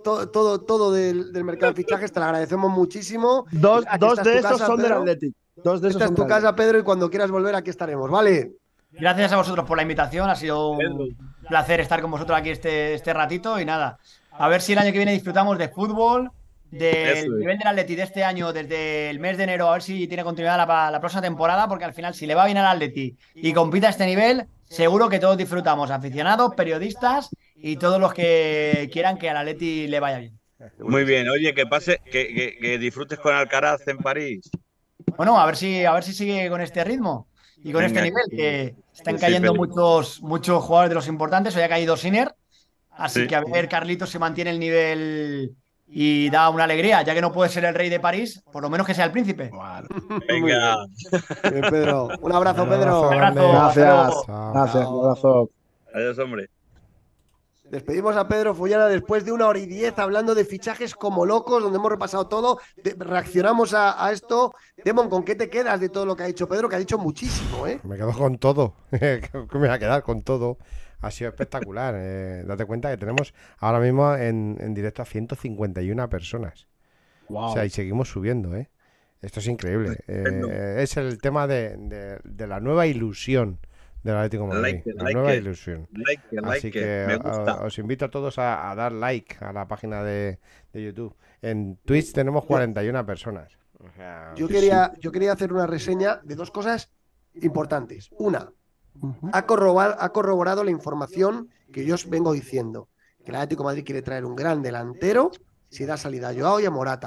todo del mercado de fichajes. Te lo agradecemos muchísimo. Dos de esos son del Athletic. Esta es tu casa, Pedro, y cuando quieras volver aquí estaremos, ¿vale? Gracias a vosotros por la invitación. Ha sido un placer estar con vosotros aquí este ratito y nada. A ver si el año que viene disfrutamos de fútbol, del nivel del Atleti de este año, desde el mes de enero, a ver si tiene continuidad la próxima temporada, porque al final, si le va bien al Atleti y compite a este nivel, seguro que todos disfrutamos, aficionados, periodistas y todos los que quieran que al Atleti le vaya bien. Muy bien, oye, que disfrutes con Alcaraz en París. Bueno, a ver si sigue con este ritmo y con este nivel, que están cayendo muchos jugadores de los importantes. Hoy ha caído Sinner. Así que a ver, Carlitos se mantiene el nivel y da una alegría, ya que no puede ser el rey de París, por lo menos que sea el príncipe. Bueno. Venga. Bien, Pedro. Un abrazo, Pedro. Un abrazo. Gracias. Un abrazo. Adiós, hombre. Despedimos a Pedro Fullana después de 1 hora y 10 hablando de fichajes como locos, donde hemos repasado todo. Reaccionamos a esto. Demon, ¿con qué te quedas de todo lo que ha dicho Pedro? Que ha dicho muchísimo, ¿eh? Me quedo con todo. Me voy a quedar con todo. Ha sido espectacular. Date cuenta que tenemos ahora mismo en directo a 151 personas. Wow. O sea, y seguimos subiendo, ¿eh? Esto es increíble. Es el tema de la nueva ilusión del Atlético de Madrid. La nueva ilusión. Así que os invito a todos a dar like a la página de YouTube. En Twitch tenemos 41 personas. O sea, yo quería hacer una reseña de dos cosas importantes. Una, ha corroborado la información que yo os vengo diciendo, que el Atlético de Madrid quiere traer un gran delantero si da salida a Joao y a Morata.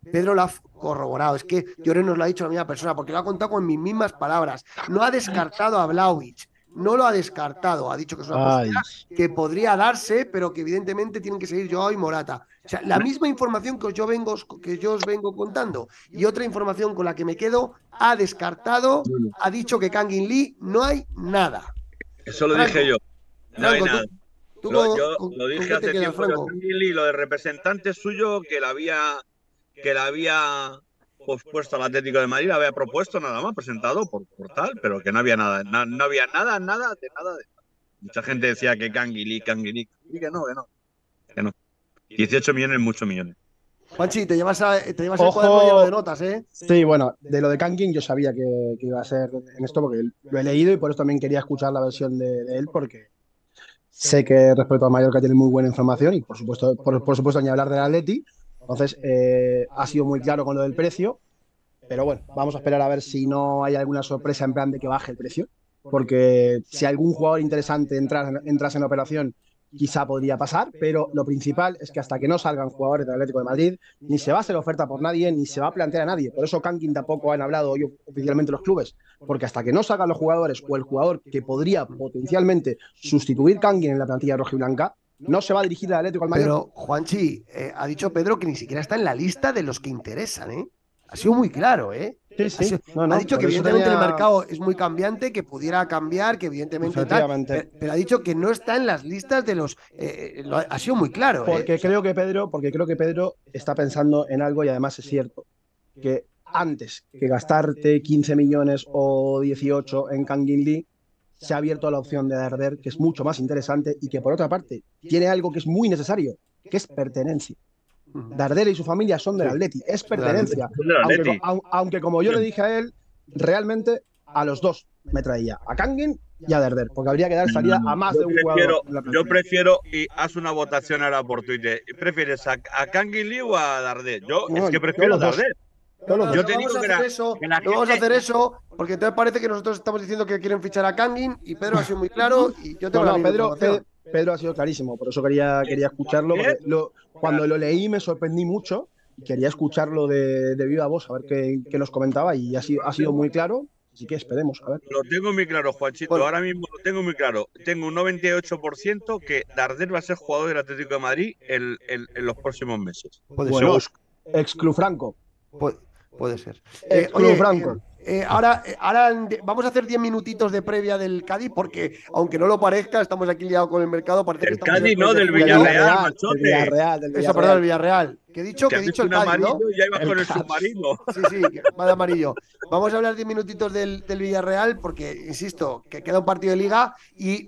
Pedro lo ha corroborado. Es que Llorens nos lo ha dicho la misma persona, porque lo ha contado con mis mismas palabras. No ha descartado a Vlahovic, no lo ha descartado. Ha dicho que es una Ay, posibilidad que podría darse, pero que evidentemente tienen que seguir Joao y Morata. O sea, la misma información que yo os vengo contando y otra información con la que me quedo, ha descartado, ha dicho que Kangin Lee no hay nada. Eso lo Franco, dije yo. No hay Franco, nada. ¿tú Yo con lo dije qué te hace quedas, tiempo de Franco? Kangin Lee, lo de representante suyo que la había pospuesto al Atlético de Madrid, la había propuesto nada más, presentado por tal, pero que no había nada, no había nada de nada. Mucha gente decía que Kangin Lee, y que no. 18 millones, muchos millones. Juanchi, te llevas el cuaderno lleno de ojo. notas, ¿eh? Sí, bueno, de lo de Kangin yo sabía que iba a ser en esto porque lo he leído y por eso también quería escuchar la versión de él porque sé que respecto a Mallorca tiene muy buena información y por supuesto ni hablar del Atleti. Entonces, ha sido muy claro con lo del precio, pero bueno, vamos a esperar a ver si no hay alguna sorpresa en plan de que baje el precio, porque si algún jugador interesante entrase en la operación, quizá podría pasar, pero lo principal es que hasta que no salgan jugadores del Atlético de Madrid, ni se va a hacer oferta por nadie, ni se va a plantear a nadie. Por eso Kankin tampoco han hablado hoy oficialmente los clubes, porque hasta que no salgan los jugadores o el jugador que podría potencialmente sustituir Kankin en la plantilla rojiblanca, no se va a dirigir al Atlético al Mallorca. Pero, Juanchi, ha dicho Pedro que ni siquiera está en la lista de los que interesan, ¿eh? Ha sido muy claro, ¿eh? Sí, sí, no, Ha no, dicho que por eso evidentemente el tenía. mercado es muy cambiante, que pudiera cambiar, que evidentemente tal, Efectivamente. pero ha dicho que no está en las listas de los... ha sido muy claro, ¿eh? Porque creo que Pedro está pensando en algo y además es cierto que antes que gastarte 15 millones o 18 en Kangin Lee, se ha abierto la opción de Darder, que es mucho más interesante y que por otra parte tiene algo que es muy necesario, que es pertenencia. Darder y su familia son del Sí, Atleti, es del Atleti. pertenencia. Del Atleti. Aunque como yo le dije a él, realmente a los dos me traía, a Kangin y a Darder, porque habría que dar salida a más de un jugador en la Yo plantilla. prefiero, y haz una votación ahora por Twitter, ¿prefieres a Kangin Lee o a Darder? Yo No, es que yo prefiero a los dos. Darder. Yo los No, Yo dos. no te vamos digo a que hacer la, eso, que la no vamos a gente... hacer eso, porque entonces parece que nosotros estamos diciendo que quieren fichar a Kangin y Pedro ha sido muy claro y yo tengo No, la no, misma información. Pedro ha sido clarísimo, por eso quería escucharlo, porque cuando lo leí me sorprendí mucho y quería escucharlo de viva voz, a ver qué nos comentaba y ha sido muy claro, así que esperemos, a ver. Lo tengo muy claro, Juanchito. Bueno, Ahora mismo lo tengo muy claro. Tengo un 98% que Darder va a ser jugador del Atlético de Madrid en los próximos meses. puede ser. Bueno, ex Club Franco. Puede ser. Ex Club Oye, Franco. ahora vamos a hacer 10 minutitos de previa del Cádiz, porque aunque no lo parezca, estamos aquí liados con el mercado. Parece que El estamos Cádiz, después no, de del julio. Villarreal, Del machote. Eso, perdón, el Villarreal. Villarreal. Que Que he has dicho visto el un Cádiz, ¿no? amarillo y ya ibas El con el Cádiz. submarino. Sí, sí, va de amarillo. Vamos a hablar 10 minutitos del Villarreal, porque, insisto, que queda un partido de liga y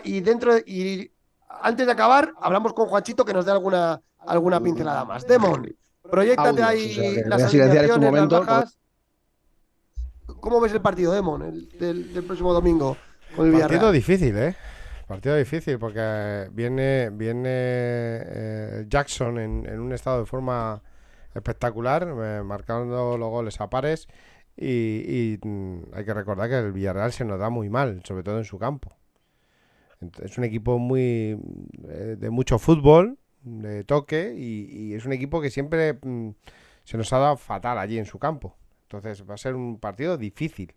antes de acabar, hablamos con Juanchito que nos dé alguna pincelada más. Demon, proyéctate Audios, o sea, ahí que las voy a silenciar este alineaciones, las momento. bajas. ¿Cómo ves el partido, Demon, del próximo domingo con el Partido Villarreal? difícil, ¿eh? Partido difícil porque viene Jackson en un estado de forma espectacular, marcando los goles a pares y hay que recordar que el Villarreal se nos da muy mal, sobre todo en su campo. Es un equipo muy de mucho fútbol, de toque y es un equipo que siempre se nos ha dado fatal allí en su campo. Entonces va a ser un partido difícil.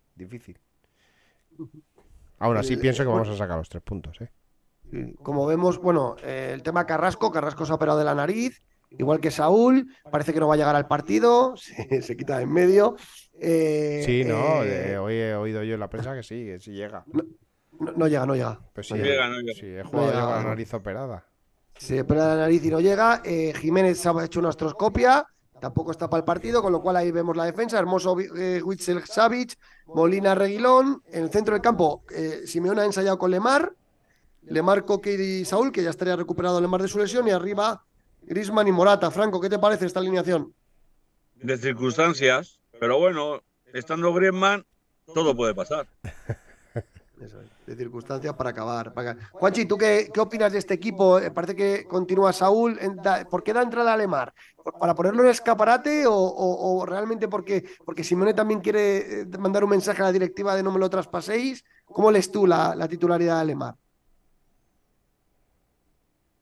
Aún así pienso que vamos a sacar los 3 puntos, ¿eh? Como vemos, bueno, el tema Carrasco se ha operado de la nariz, igual que Saúl, parece que no va a llegar al partido, se quita de en medio. Sí, no, hoy he oído yo en la prensa que sí llega. No llega. Pues No sí, llega. sí, he jugado yo llega. con la nariz operada. Se opera la nariz y no llega. Jiménez se ha hecho una astroscopia, tampoco está para el partido, con lo cual ahí vemos la defensa. Hermoso Witzel Savic, Molina Reguilón. En el centro del campo, Simeone ha ensayado con Lemar, Coque y Saúl, que ya estaría recuperado Lemar de su lesión, y arriba Griezmann y Morata. Franco, ¿qué te parece esta alineación? De circunstancias, pero bueno, estando Griezmann, todo puede pasar. Eso es, de circunstancias para acabar. Juanchi, ¿tú qué opinas de este equipo? Parece que continúa Saúl. ¿Por qué da entrada a Lemar? ¿Para ponerlo en escaparate o realmente porque Simeone también quiere mandar un mensaje a la directiva de no me lo traspaséis? ¿Cómo lees tú la titularidad de Lemar?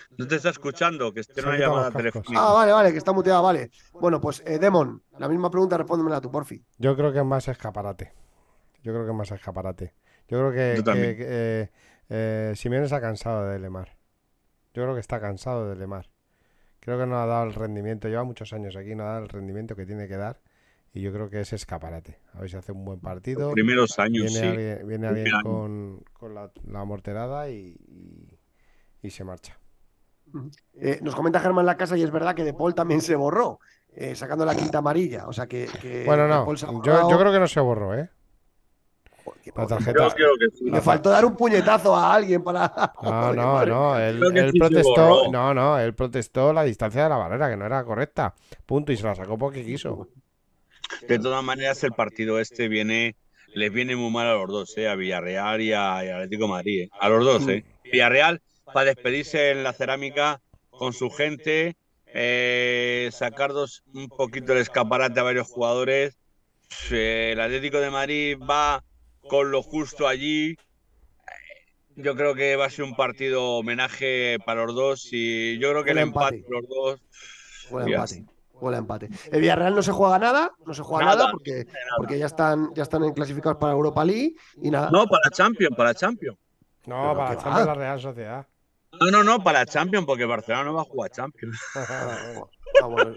No te está escuchando, que esté en Se ha una quitado llamada los cascos. telefónica. Vale, que está muteada, vale. Bueno, pues Demon, la misma pregunta, respóndemela tú, porfi. Yo creo que es más escaparate. Yo creo Yo que, también. Simeone se ha cansado de Lemar. Yo creo que está cansado de Lemar. Creo que no ha dado el rendimiento. Lleva muchos años aquí, no ha dado el rendimiento que tiene que dar. Y yo creo que es escaparate. A ver si hace un buen Los partido. primeros años, Viene sí. alguien Primer año. con la morterada y se marcha. Nos comenta Germán La Casa y es verdad que De Paul también se borró, sacando la quinta amarilla. O sea que Bueno, De no. Paul se ha Yo borrado. creo que no se borró, ¿eh? Joder, qué La poco. tarjeta. Yo creo que sí. Le faltó dar un puñetazo a alguien para. No, Joder, no, madre no. mía. Creo que Él sí se protestó. borró. No, él protestó la distancia de la barrera, que no era correcta. Punto. Y se la sacó porque quiso. De todas maneras, el partido este les viene muy mal a los dos, a Villarreal y a Atlético de Madrid. A los dos, Villarreal, para despedirse en la cerámica con su gente, sacar un poquito el escaparate a varios jugadores. El Atlético de Madrid va con lo justo allí. Yo creo que va a ser un partido homenaje para los dos y yo creo que el Huele a empate empate. de los dos. Huele a ya empate. Huele a empate. El Villarreal no se juega nada, Nada, porque ya están clasificados para Europa League y nada. no, para Champions. No, Pero para qué la Champions va. la Real Sociedad. No, para Champions, porque Barcelona no va a jugar Champions. Bueno,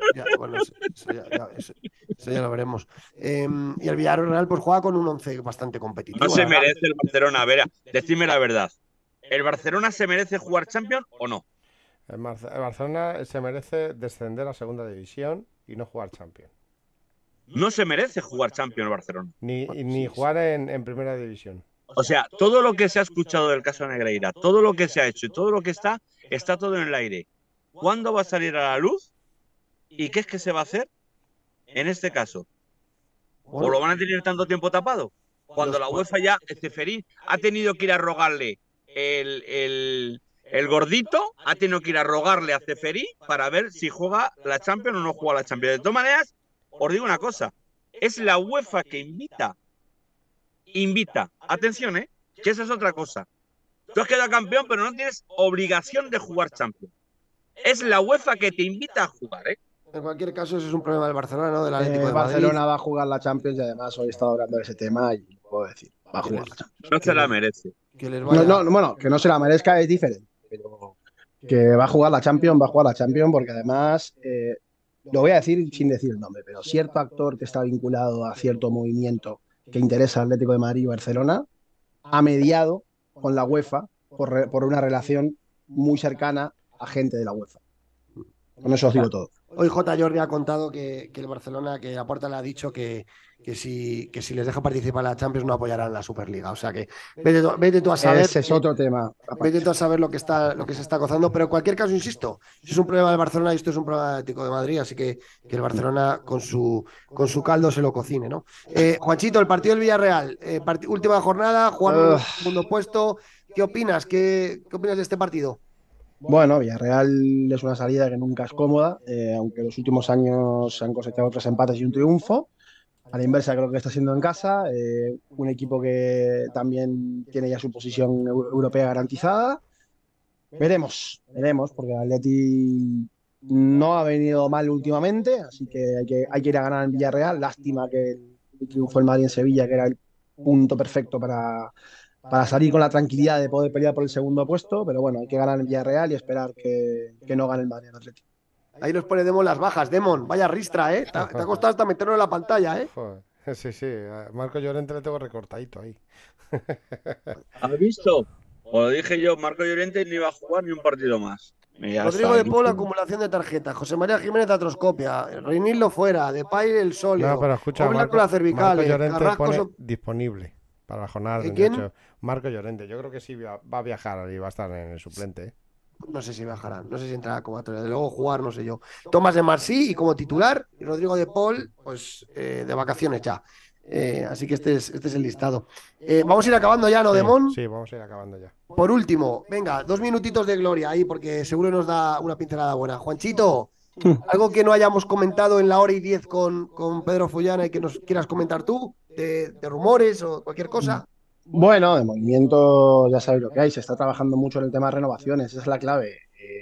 eso ya lo veremos. Y el Villarreal pues juega con un 11 bastante No competitivo, se la verdad. merece el Barcelona. A ver, decidme la verdad. ¿El Barcelona se merece jugar Champions o no? El Barcelona se merece descender a segunda división y no jugar Champions. No se merece jugar Champions el Barcelona. Ni jugar en primera división. O sea, todo lo que se ha escuchado del caso Negreira, todo lo que se ha hecho y todo lo que está todo en el aire. ¿Cuándo va a salir a la luz? ¿Y qué es que se va a hacer en este caso? ¿O lo van a tener tanto tiempo tapado? Cuando la UEFA ya, Ceferín, ha tenido que ir a rogarle el gordito, ha tenido que ir a rogarle a Ceferín para ver si juega la Champions o no juega la Champions. De todas maneras, os digo una cosa, es la UEFA que invita. Atención, que esa es otra cosa. Tú has quedado campeón, pero no tienes obligación de jugar Champions. Es la UEFA que te invita a jugar, En cualquier caso, eso es un problema del Barcelona, ¿no? Del Atlético de Madrid. Barcelona va a jugar la Champions y además hoy he estado hablando de ese tema y puedo decir, va a jugar la Champions. No se la merece. Que les vaya... Bueno, que no se la merezca es diferente, pero que va a jugar la Champions porque además, lo voy a decir sin decir el nombre, pero cierto actor que está vinculado a cierto movimiento que interesa al Atlético de Madrid y Barcelona ha mediado con la UEFA por una relación muy cercana a gente de la UEFA. Con eso os digo todo. Hoy J. Jordi ha contado que el Barcelona, que Laporta le ha dicho que si les deja participar en la Champions no apoyarán la Superliga. O sea que vete tú a saber. Ese es otro tema. Vete tú a saber lo que se está gozando. Pero en cualquier caso, insisto, si es un problema del Barcelona y esto es un problema del Atlético de Madrid, así que el Barcelona con su caldo se lo cocine, ¿no? Juanchito, el partido del Villarreal, última jornada, jugaron en el segundo puesto. ¿Qué opinas? ¿Qué opinas de este partido? Bueno, Villarreal es una salida que nunca es cómoda, aunque en los últimos años se han cosechado 3 empates y un triunfo. A la inversa creo que está siendo en casa, un equipo que también tiene ya su posición europea garantizada. Veremos, porque el Atleti no ha venido mal últimamente, así que hay que ir a ganar en Villarreal. Lástima que el triunfo del Madrid en Sevilla, que era el punto perfecto para salir con la tranquilidad de poder pelear por el segundo puesto, pero bueno, hay que ganar en Villarreal y esperar que no gane el Madrid en Atlético. Ahí nos pone Demon las bajas. Demon, vaya ristra, ¿eh? Te ha costado hasta meterlo en la pantalla, ¿eh? Joder. Sí, a Marco Llorente le tengo recortadito ahí. ¿Has visto? Os lo dije yo, Marco Llorente no iba a jugar ni un partido más. Rodrigo de Paul, acumulación de tarjetas. José María Jiménez, atroscopia. Reinildo fuera. Depay, el sólido. No, pero escucha, Marco, la cervical. Marco Llorente Carrasco, pone disponible para la jornada del ¿Quién? 28. Marco Llorente, yo creo que sí va a viajar y va a estar en el suplente. No sé si viajará, no sé si entrará como de luego jugar, no sé yo. Tomás de Marcí y como titular, y Rodrigo de Paul, pues de vacaciones ya. Así que este es el listado. Vamos a ir acabando ya, ¿no, Demon? Sí, vamos a ir acabando ya. Por último, venga, 2 minutitos de gloria ahí, porque seguro nos da una pincelada buena. Juanchito, algo que no hayamos comentado en la hora y 10 con Pedro Follana y que nos quieras comentar tú, de rumores o cualquier cosa. Bueno, de movimiento ya sabéis lo que hay, se está trabajando mucho en el tema de renovaciones, esa es la clave.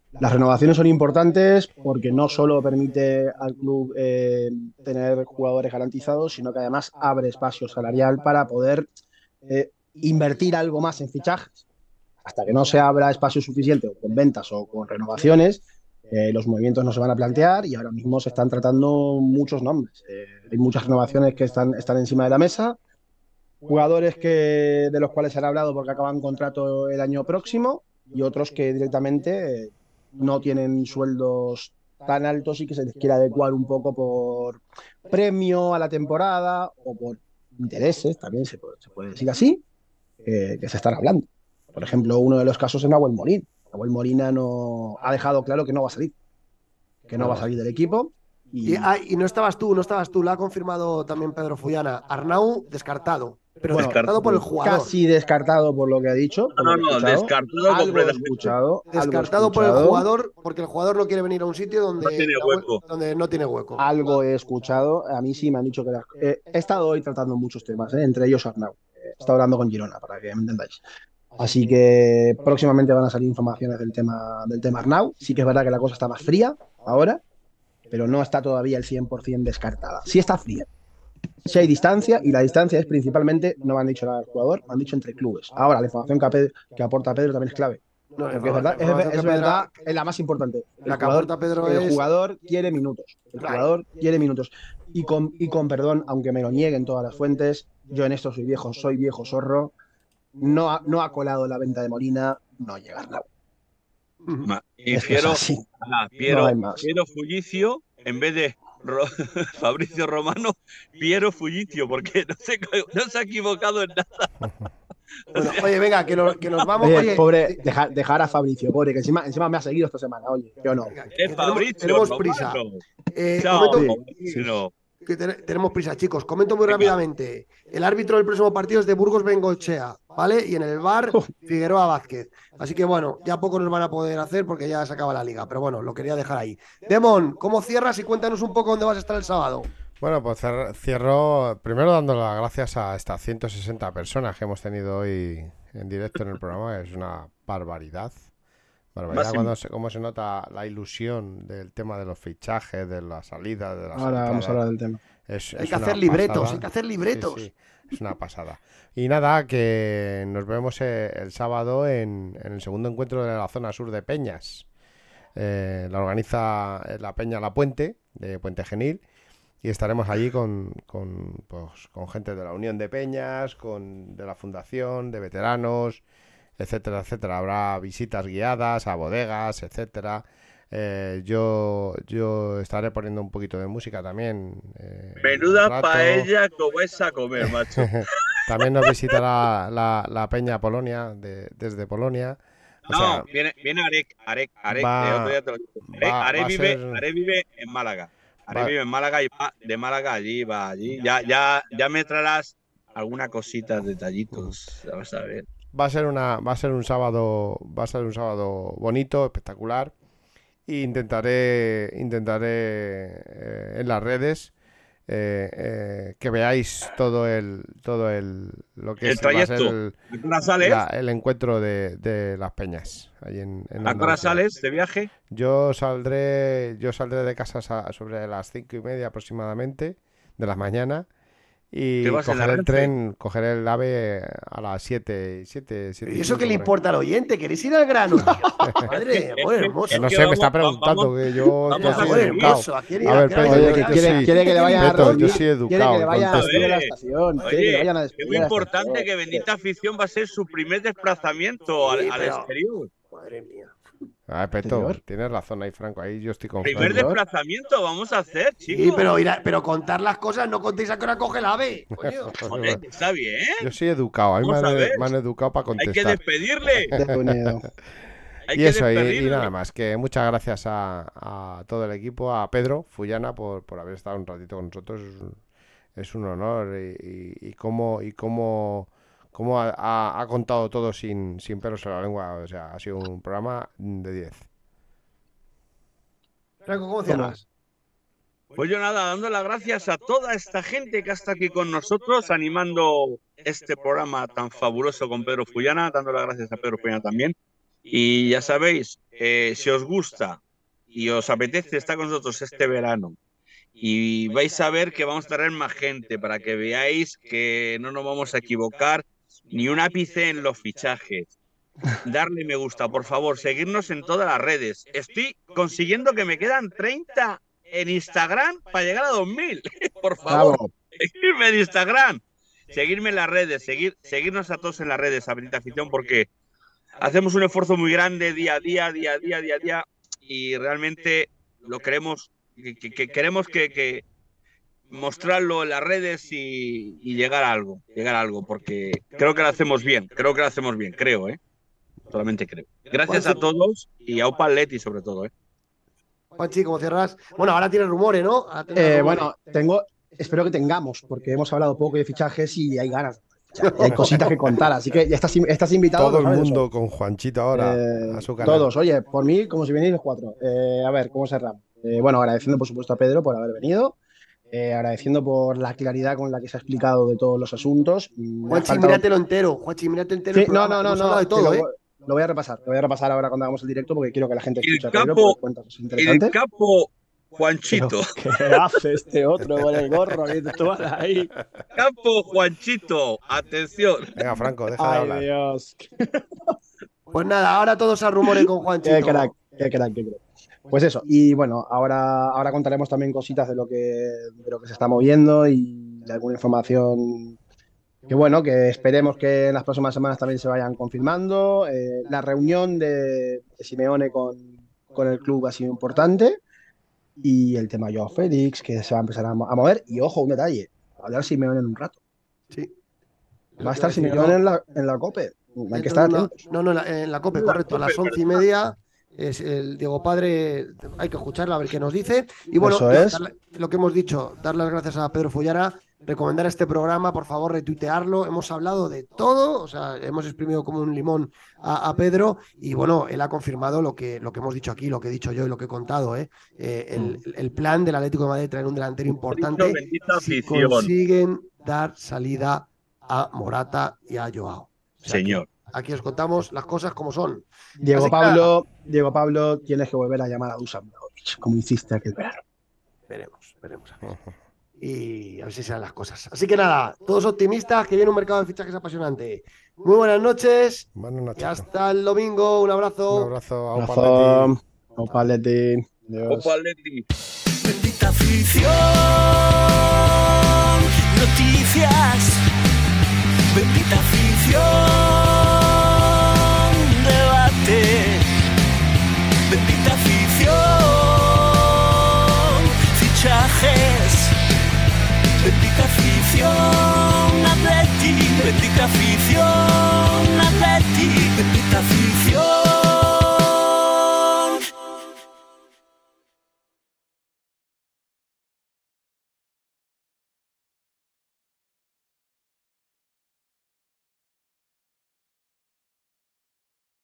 Las renovaciones son importantes porque no solo permite al club tener jugadores garantizados, sino que además abre espacio salarial para poder invertir algo más en fichajes. Hasta que no se abra espacio suficiente o con ventas o con renovaciones, los movimientos no se van a plantear y ahora mismo se están tratando muchos nombres. Hay muchas renovaciones que están encima de la mesa, jugadores de los cuales se han hablado porque acaban contrato el año próximo y otros que directamente no tienen sueldos tan altos y que se les quiere adecuar un poco por premio a la temporada o por intereses, también se puede decir así, que se están hablando. Por ejemplo, uno de los casos es Nahuel Molina. Nahuel Molina no, ha dejado claro que no va a salir, que no va a salir del equipo. Y no estabas tú, lo ha confirmado también Pedro Fullana. Arnau descartado, pero Bueno, descartado por el jugador. Casi descartado por lo que ha dicho. No, descartado algo completamente. Descartado por el jugador, porque el jugador no quiere venir a un sitio donde no tiene hueco. Algo he escuchado, a mí sí me han dicho que he estado hoy tratando muchos temas, entre ellos Arnau. He estado hablando con Girona, para que me entendáis. Así que próximamente van a salir informaciones del tema Arnau. Sí que es verdad que la cosa está más fría ahora, pero no está todavía el 100% descartada. Sí está fría. Sí hay distancia, y la distancia es principalmente, no me han dicho nada del jugador, me han dicho entre clubes. Ahora, la información que aporta Pedro también es clave. No, Porque es verdad, es la más importante. El jugador quiere minutos. El jugador quiere minutos. Y con perdón, aunque me lo nieguen todas las fuentes, yo en esto soy viejo zorro. No ha colado la venta de Molina, no llega nada. Y Piero Fullicio, en vez de Fabricio Romano, Piero Fullicio, porque no se ha equivocado en nada. Bueno, oye, venga, que nos vamos. Oye, pobre, dejar a Fabricio, pobre, que encima me ha seguido esta semana, oye, yo no. Tenemos prisa. Tenemos prisa, chicos. Comento muy rápidamente. El árbitro del próximo partido es de Burgos Bengoechea, ¿vale? Y en el VAR, Figueroa Vázquez. Así que bueno, ya poco nos van a poder hacer porque ya se acaba la liga. Pero bueno, lo quería dejar ahí. Demon, ¿cómo cierras y cuéntanos un poco dónde vas a estar el sábado? Bueno, pues cierro primero dando las gracias a estas 160 personas que hemos tenido hoy en directo en el programa. Es una barbaridad. Cómo se nota la ilusión del tema de los fichajes, de la salida, de las Ahora vamos a hablar del tema. Hay que hacer libretos. Sí, es una pasada. Y nada, que nos vemos el sábado en el segundo encuentro de la zona sur de Peñas. La organiza la Peña La Puente, de Puente Genil. Y estaremos allí con gente de la Unión de Peñas, de la Fundación, de veteranos, etcétera, etcétera. Habrá visitas guiadas a bodegas, etcétera. Yo estaré poniendo un poquito de música también. Menuda paella que vais a comer, macho. También nos visitará la Peña Polonia, desde Polonia. Viene Arek. Arek vive en Málaga. Vive en Málaga y va de Málaga va allí. Ya me traerás alguna cosita, detallitos. Vamos a ver. Va a ser un sábado bonito, espectacular. E intentaré en las redes que veáis todo lo que el trayecto. El encuentro de las peñas allí ¿A qué hora sales de viaje? Yo saldré de casa sobre las 5:30 aproximadamente de la mañana. Y cogeré el AVE a las 7. ¿Y eso qué le importa al oyente? ¿Queréis ir al grano? Madre, amor hermoso. No sé, me está preguntando que yo soy educado. A ver, Pedro, quiere que le vayan a Pedro, yo soy educado. Quiere que le vayan a despedir de la estación. Es muy importante que Bendita Afición va a ser su primer desplazamiento al exterior. Madre mía. A ver, Peto, tienes razón ahí, Franco. Ahí yo estoy confiando. Primer desplazamiento vamos a hacer, chicos. Sí, pero contar las cosas, no contéis a qué hora coge el AVE. Coño. Joder, está bien. Yo soy educado. A mí me han educado para contestar. Hay que despedirle. Y nada más. Que muchas gracias a todo el equipo, a Pedro Fullana por haber estado un ratito con nosotros. Es un honor. Y cómo ha contado todo sin pelos en la lengua. O sea, ha sido un programa de 10. Franco, ¿cómo cierras? Pues yo nada, dando las gracias a toda esta gente que está aquí con nosotros, animando este programa tan fabuloso con Pedro Fullana, dando las gracias a Pedro Fullana también. Y ya sabéis, si os gusta y os apetece estar con nosotros este verano, y vais a ver que vamos a traer más gente para que veáis que no nos vamos a equivocar ni un ápice en los fichajes. Darle me gusta, por favor, seguirnos en todas las redes. Estoy consiguiendo que me quedan 30 en Instagram para llegar a 2000. Por favor, Bravo. seguirme en Instagram, seguirme en las redes, seguirnos a todos en las redes, a Bendita Afición, porque hacemos un esfuerzo muy grande día a día, y realmente lo queremos, queremos que mostrarlo en las redes y llegar a algo, porque creo que lo hacemos bien, creo, solamente creo. Gracias a todos y a Opa Atleti sobre todo, Juanchi, ¿cómo cierras? Bueno, ahora tienes rumores, ¿no? Bueno, espero que tengamos, porque hemos hablado poco de fichajes y hay ganas. Y hay cositas que contar, así que ya estás invitado. Todo el ¿sabes? mundo con Juanchito ahora a su canal. Todos, oye, por mí, como si venís los 4. A ver, ¿cómo cerramos? Bueno, agradeciendo por supuesto a Pedro por haber venido, agradeciendo por la claridad con la que se ha explicado de todos los asuntos. Juanchi, míratelo entero. Juanchi, mírate entero. Sí, no, hemos hablado de todo, Lo voy a repasar ahora cuando hagamos el directo porque quiero que la gente escuche a Pedro capo, porque cuenta cosas interesantes. el capo Juanchito. ¿Qué hace este otro con el gorro? Tú ahí. Capo Juanchito, atención. Venga, Franco, deja de hablar. Ay, Dios. Pues nada, ahora todos a rumores con Juanchito. Qué crack. Pues eso, y bueno, ahora contaremos también cositas de lo que se está moviendo y de alguna información que bueno, que esperemos que en las próximas semanas también se vayan confirmando. La reunión de Simeone con el club ha sido importante y el tema Joao Félix, que se va a empezar a mover. Y ojo, un detalle, va a hablar Simeone en un rato. Sí. Va a estar Simeone en la COPE. Hay que estar atentos. No, en la COPE, correcto, a las 11:30. Es el Diego Padre, hay que escucharlo a ver qué nos dice. Y bueno, lo que hemos dicho, dar las gracias a Pedro Follara, recomendar este programa, por favor, retuitearlo. Hemos hablado de todo, o sea, hemos exprimido como un limón a Pedro y bueno, él ha confirmado lo que hemos dicho aquí, lo que he dicho yo y lo que he contado. El plan del Atlético de Madrid traer un delantero importante si consiguen dar salida a Morata y a Joao. O sea, señor. Aquí os contamos las cosas como son. Diego Pablo, tienes que volver a llamar a Dusan Vlahovic, como hiciste aquel verano. Veremos. Y a ver si se dan las cosas. Así que nada, todos optimistas, que viene un mercado de fichajes apasionante. Muy buenas noches. Buenas noches. Y hasta el domingo. Un abrazo. Un abrazo a Opa Atleti. Opa Atleti. Bendita afición. Noticias. Bendita afición. Debate. Bendita afición. Fichajes. Bendita afición. Atleti. Bendita afición.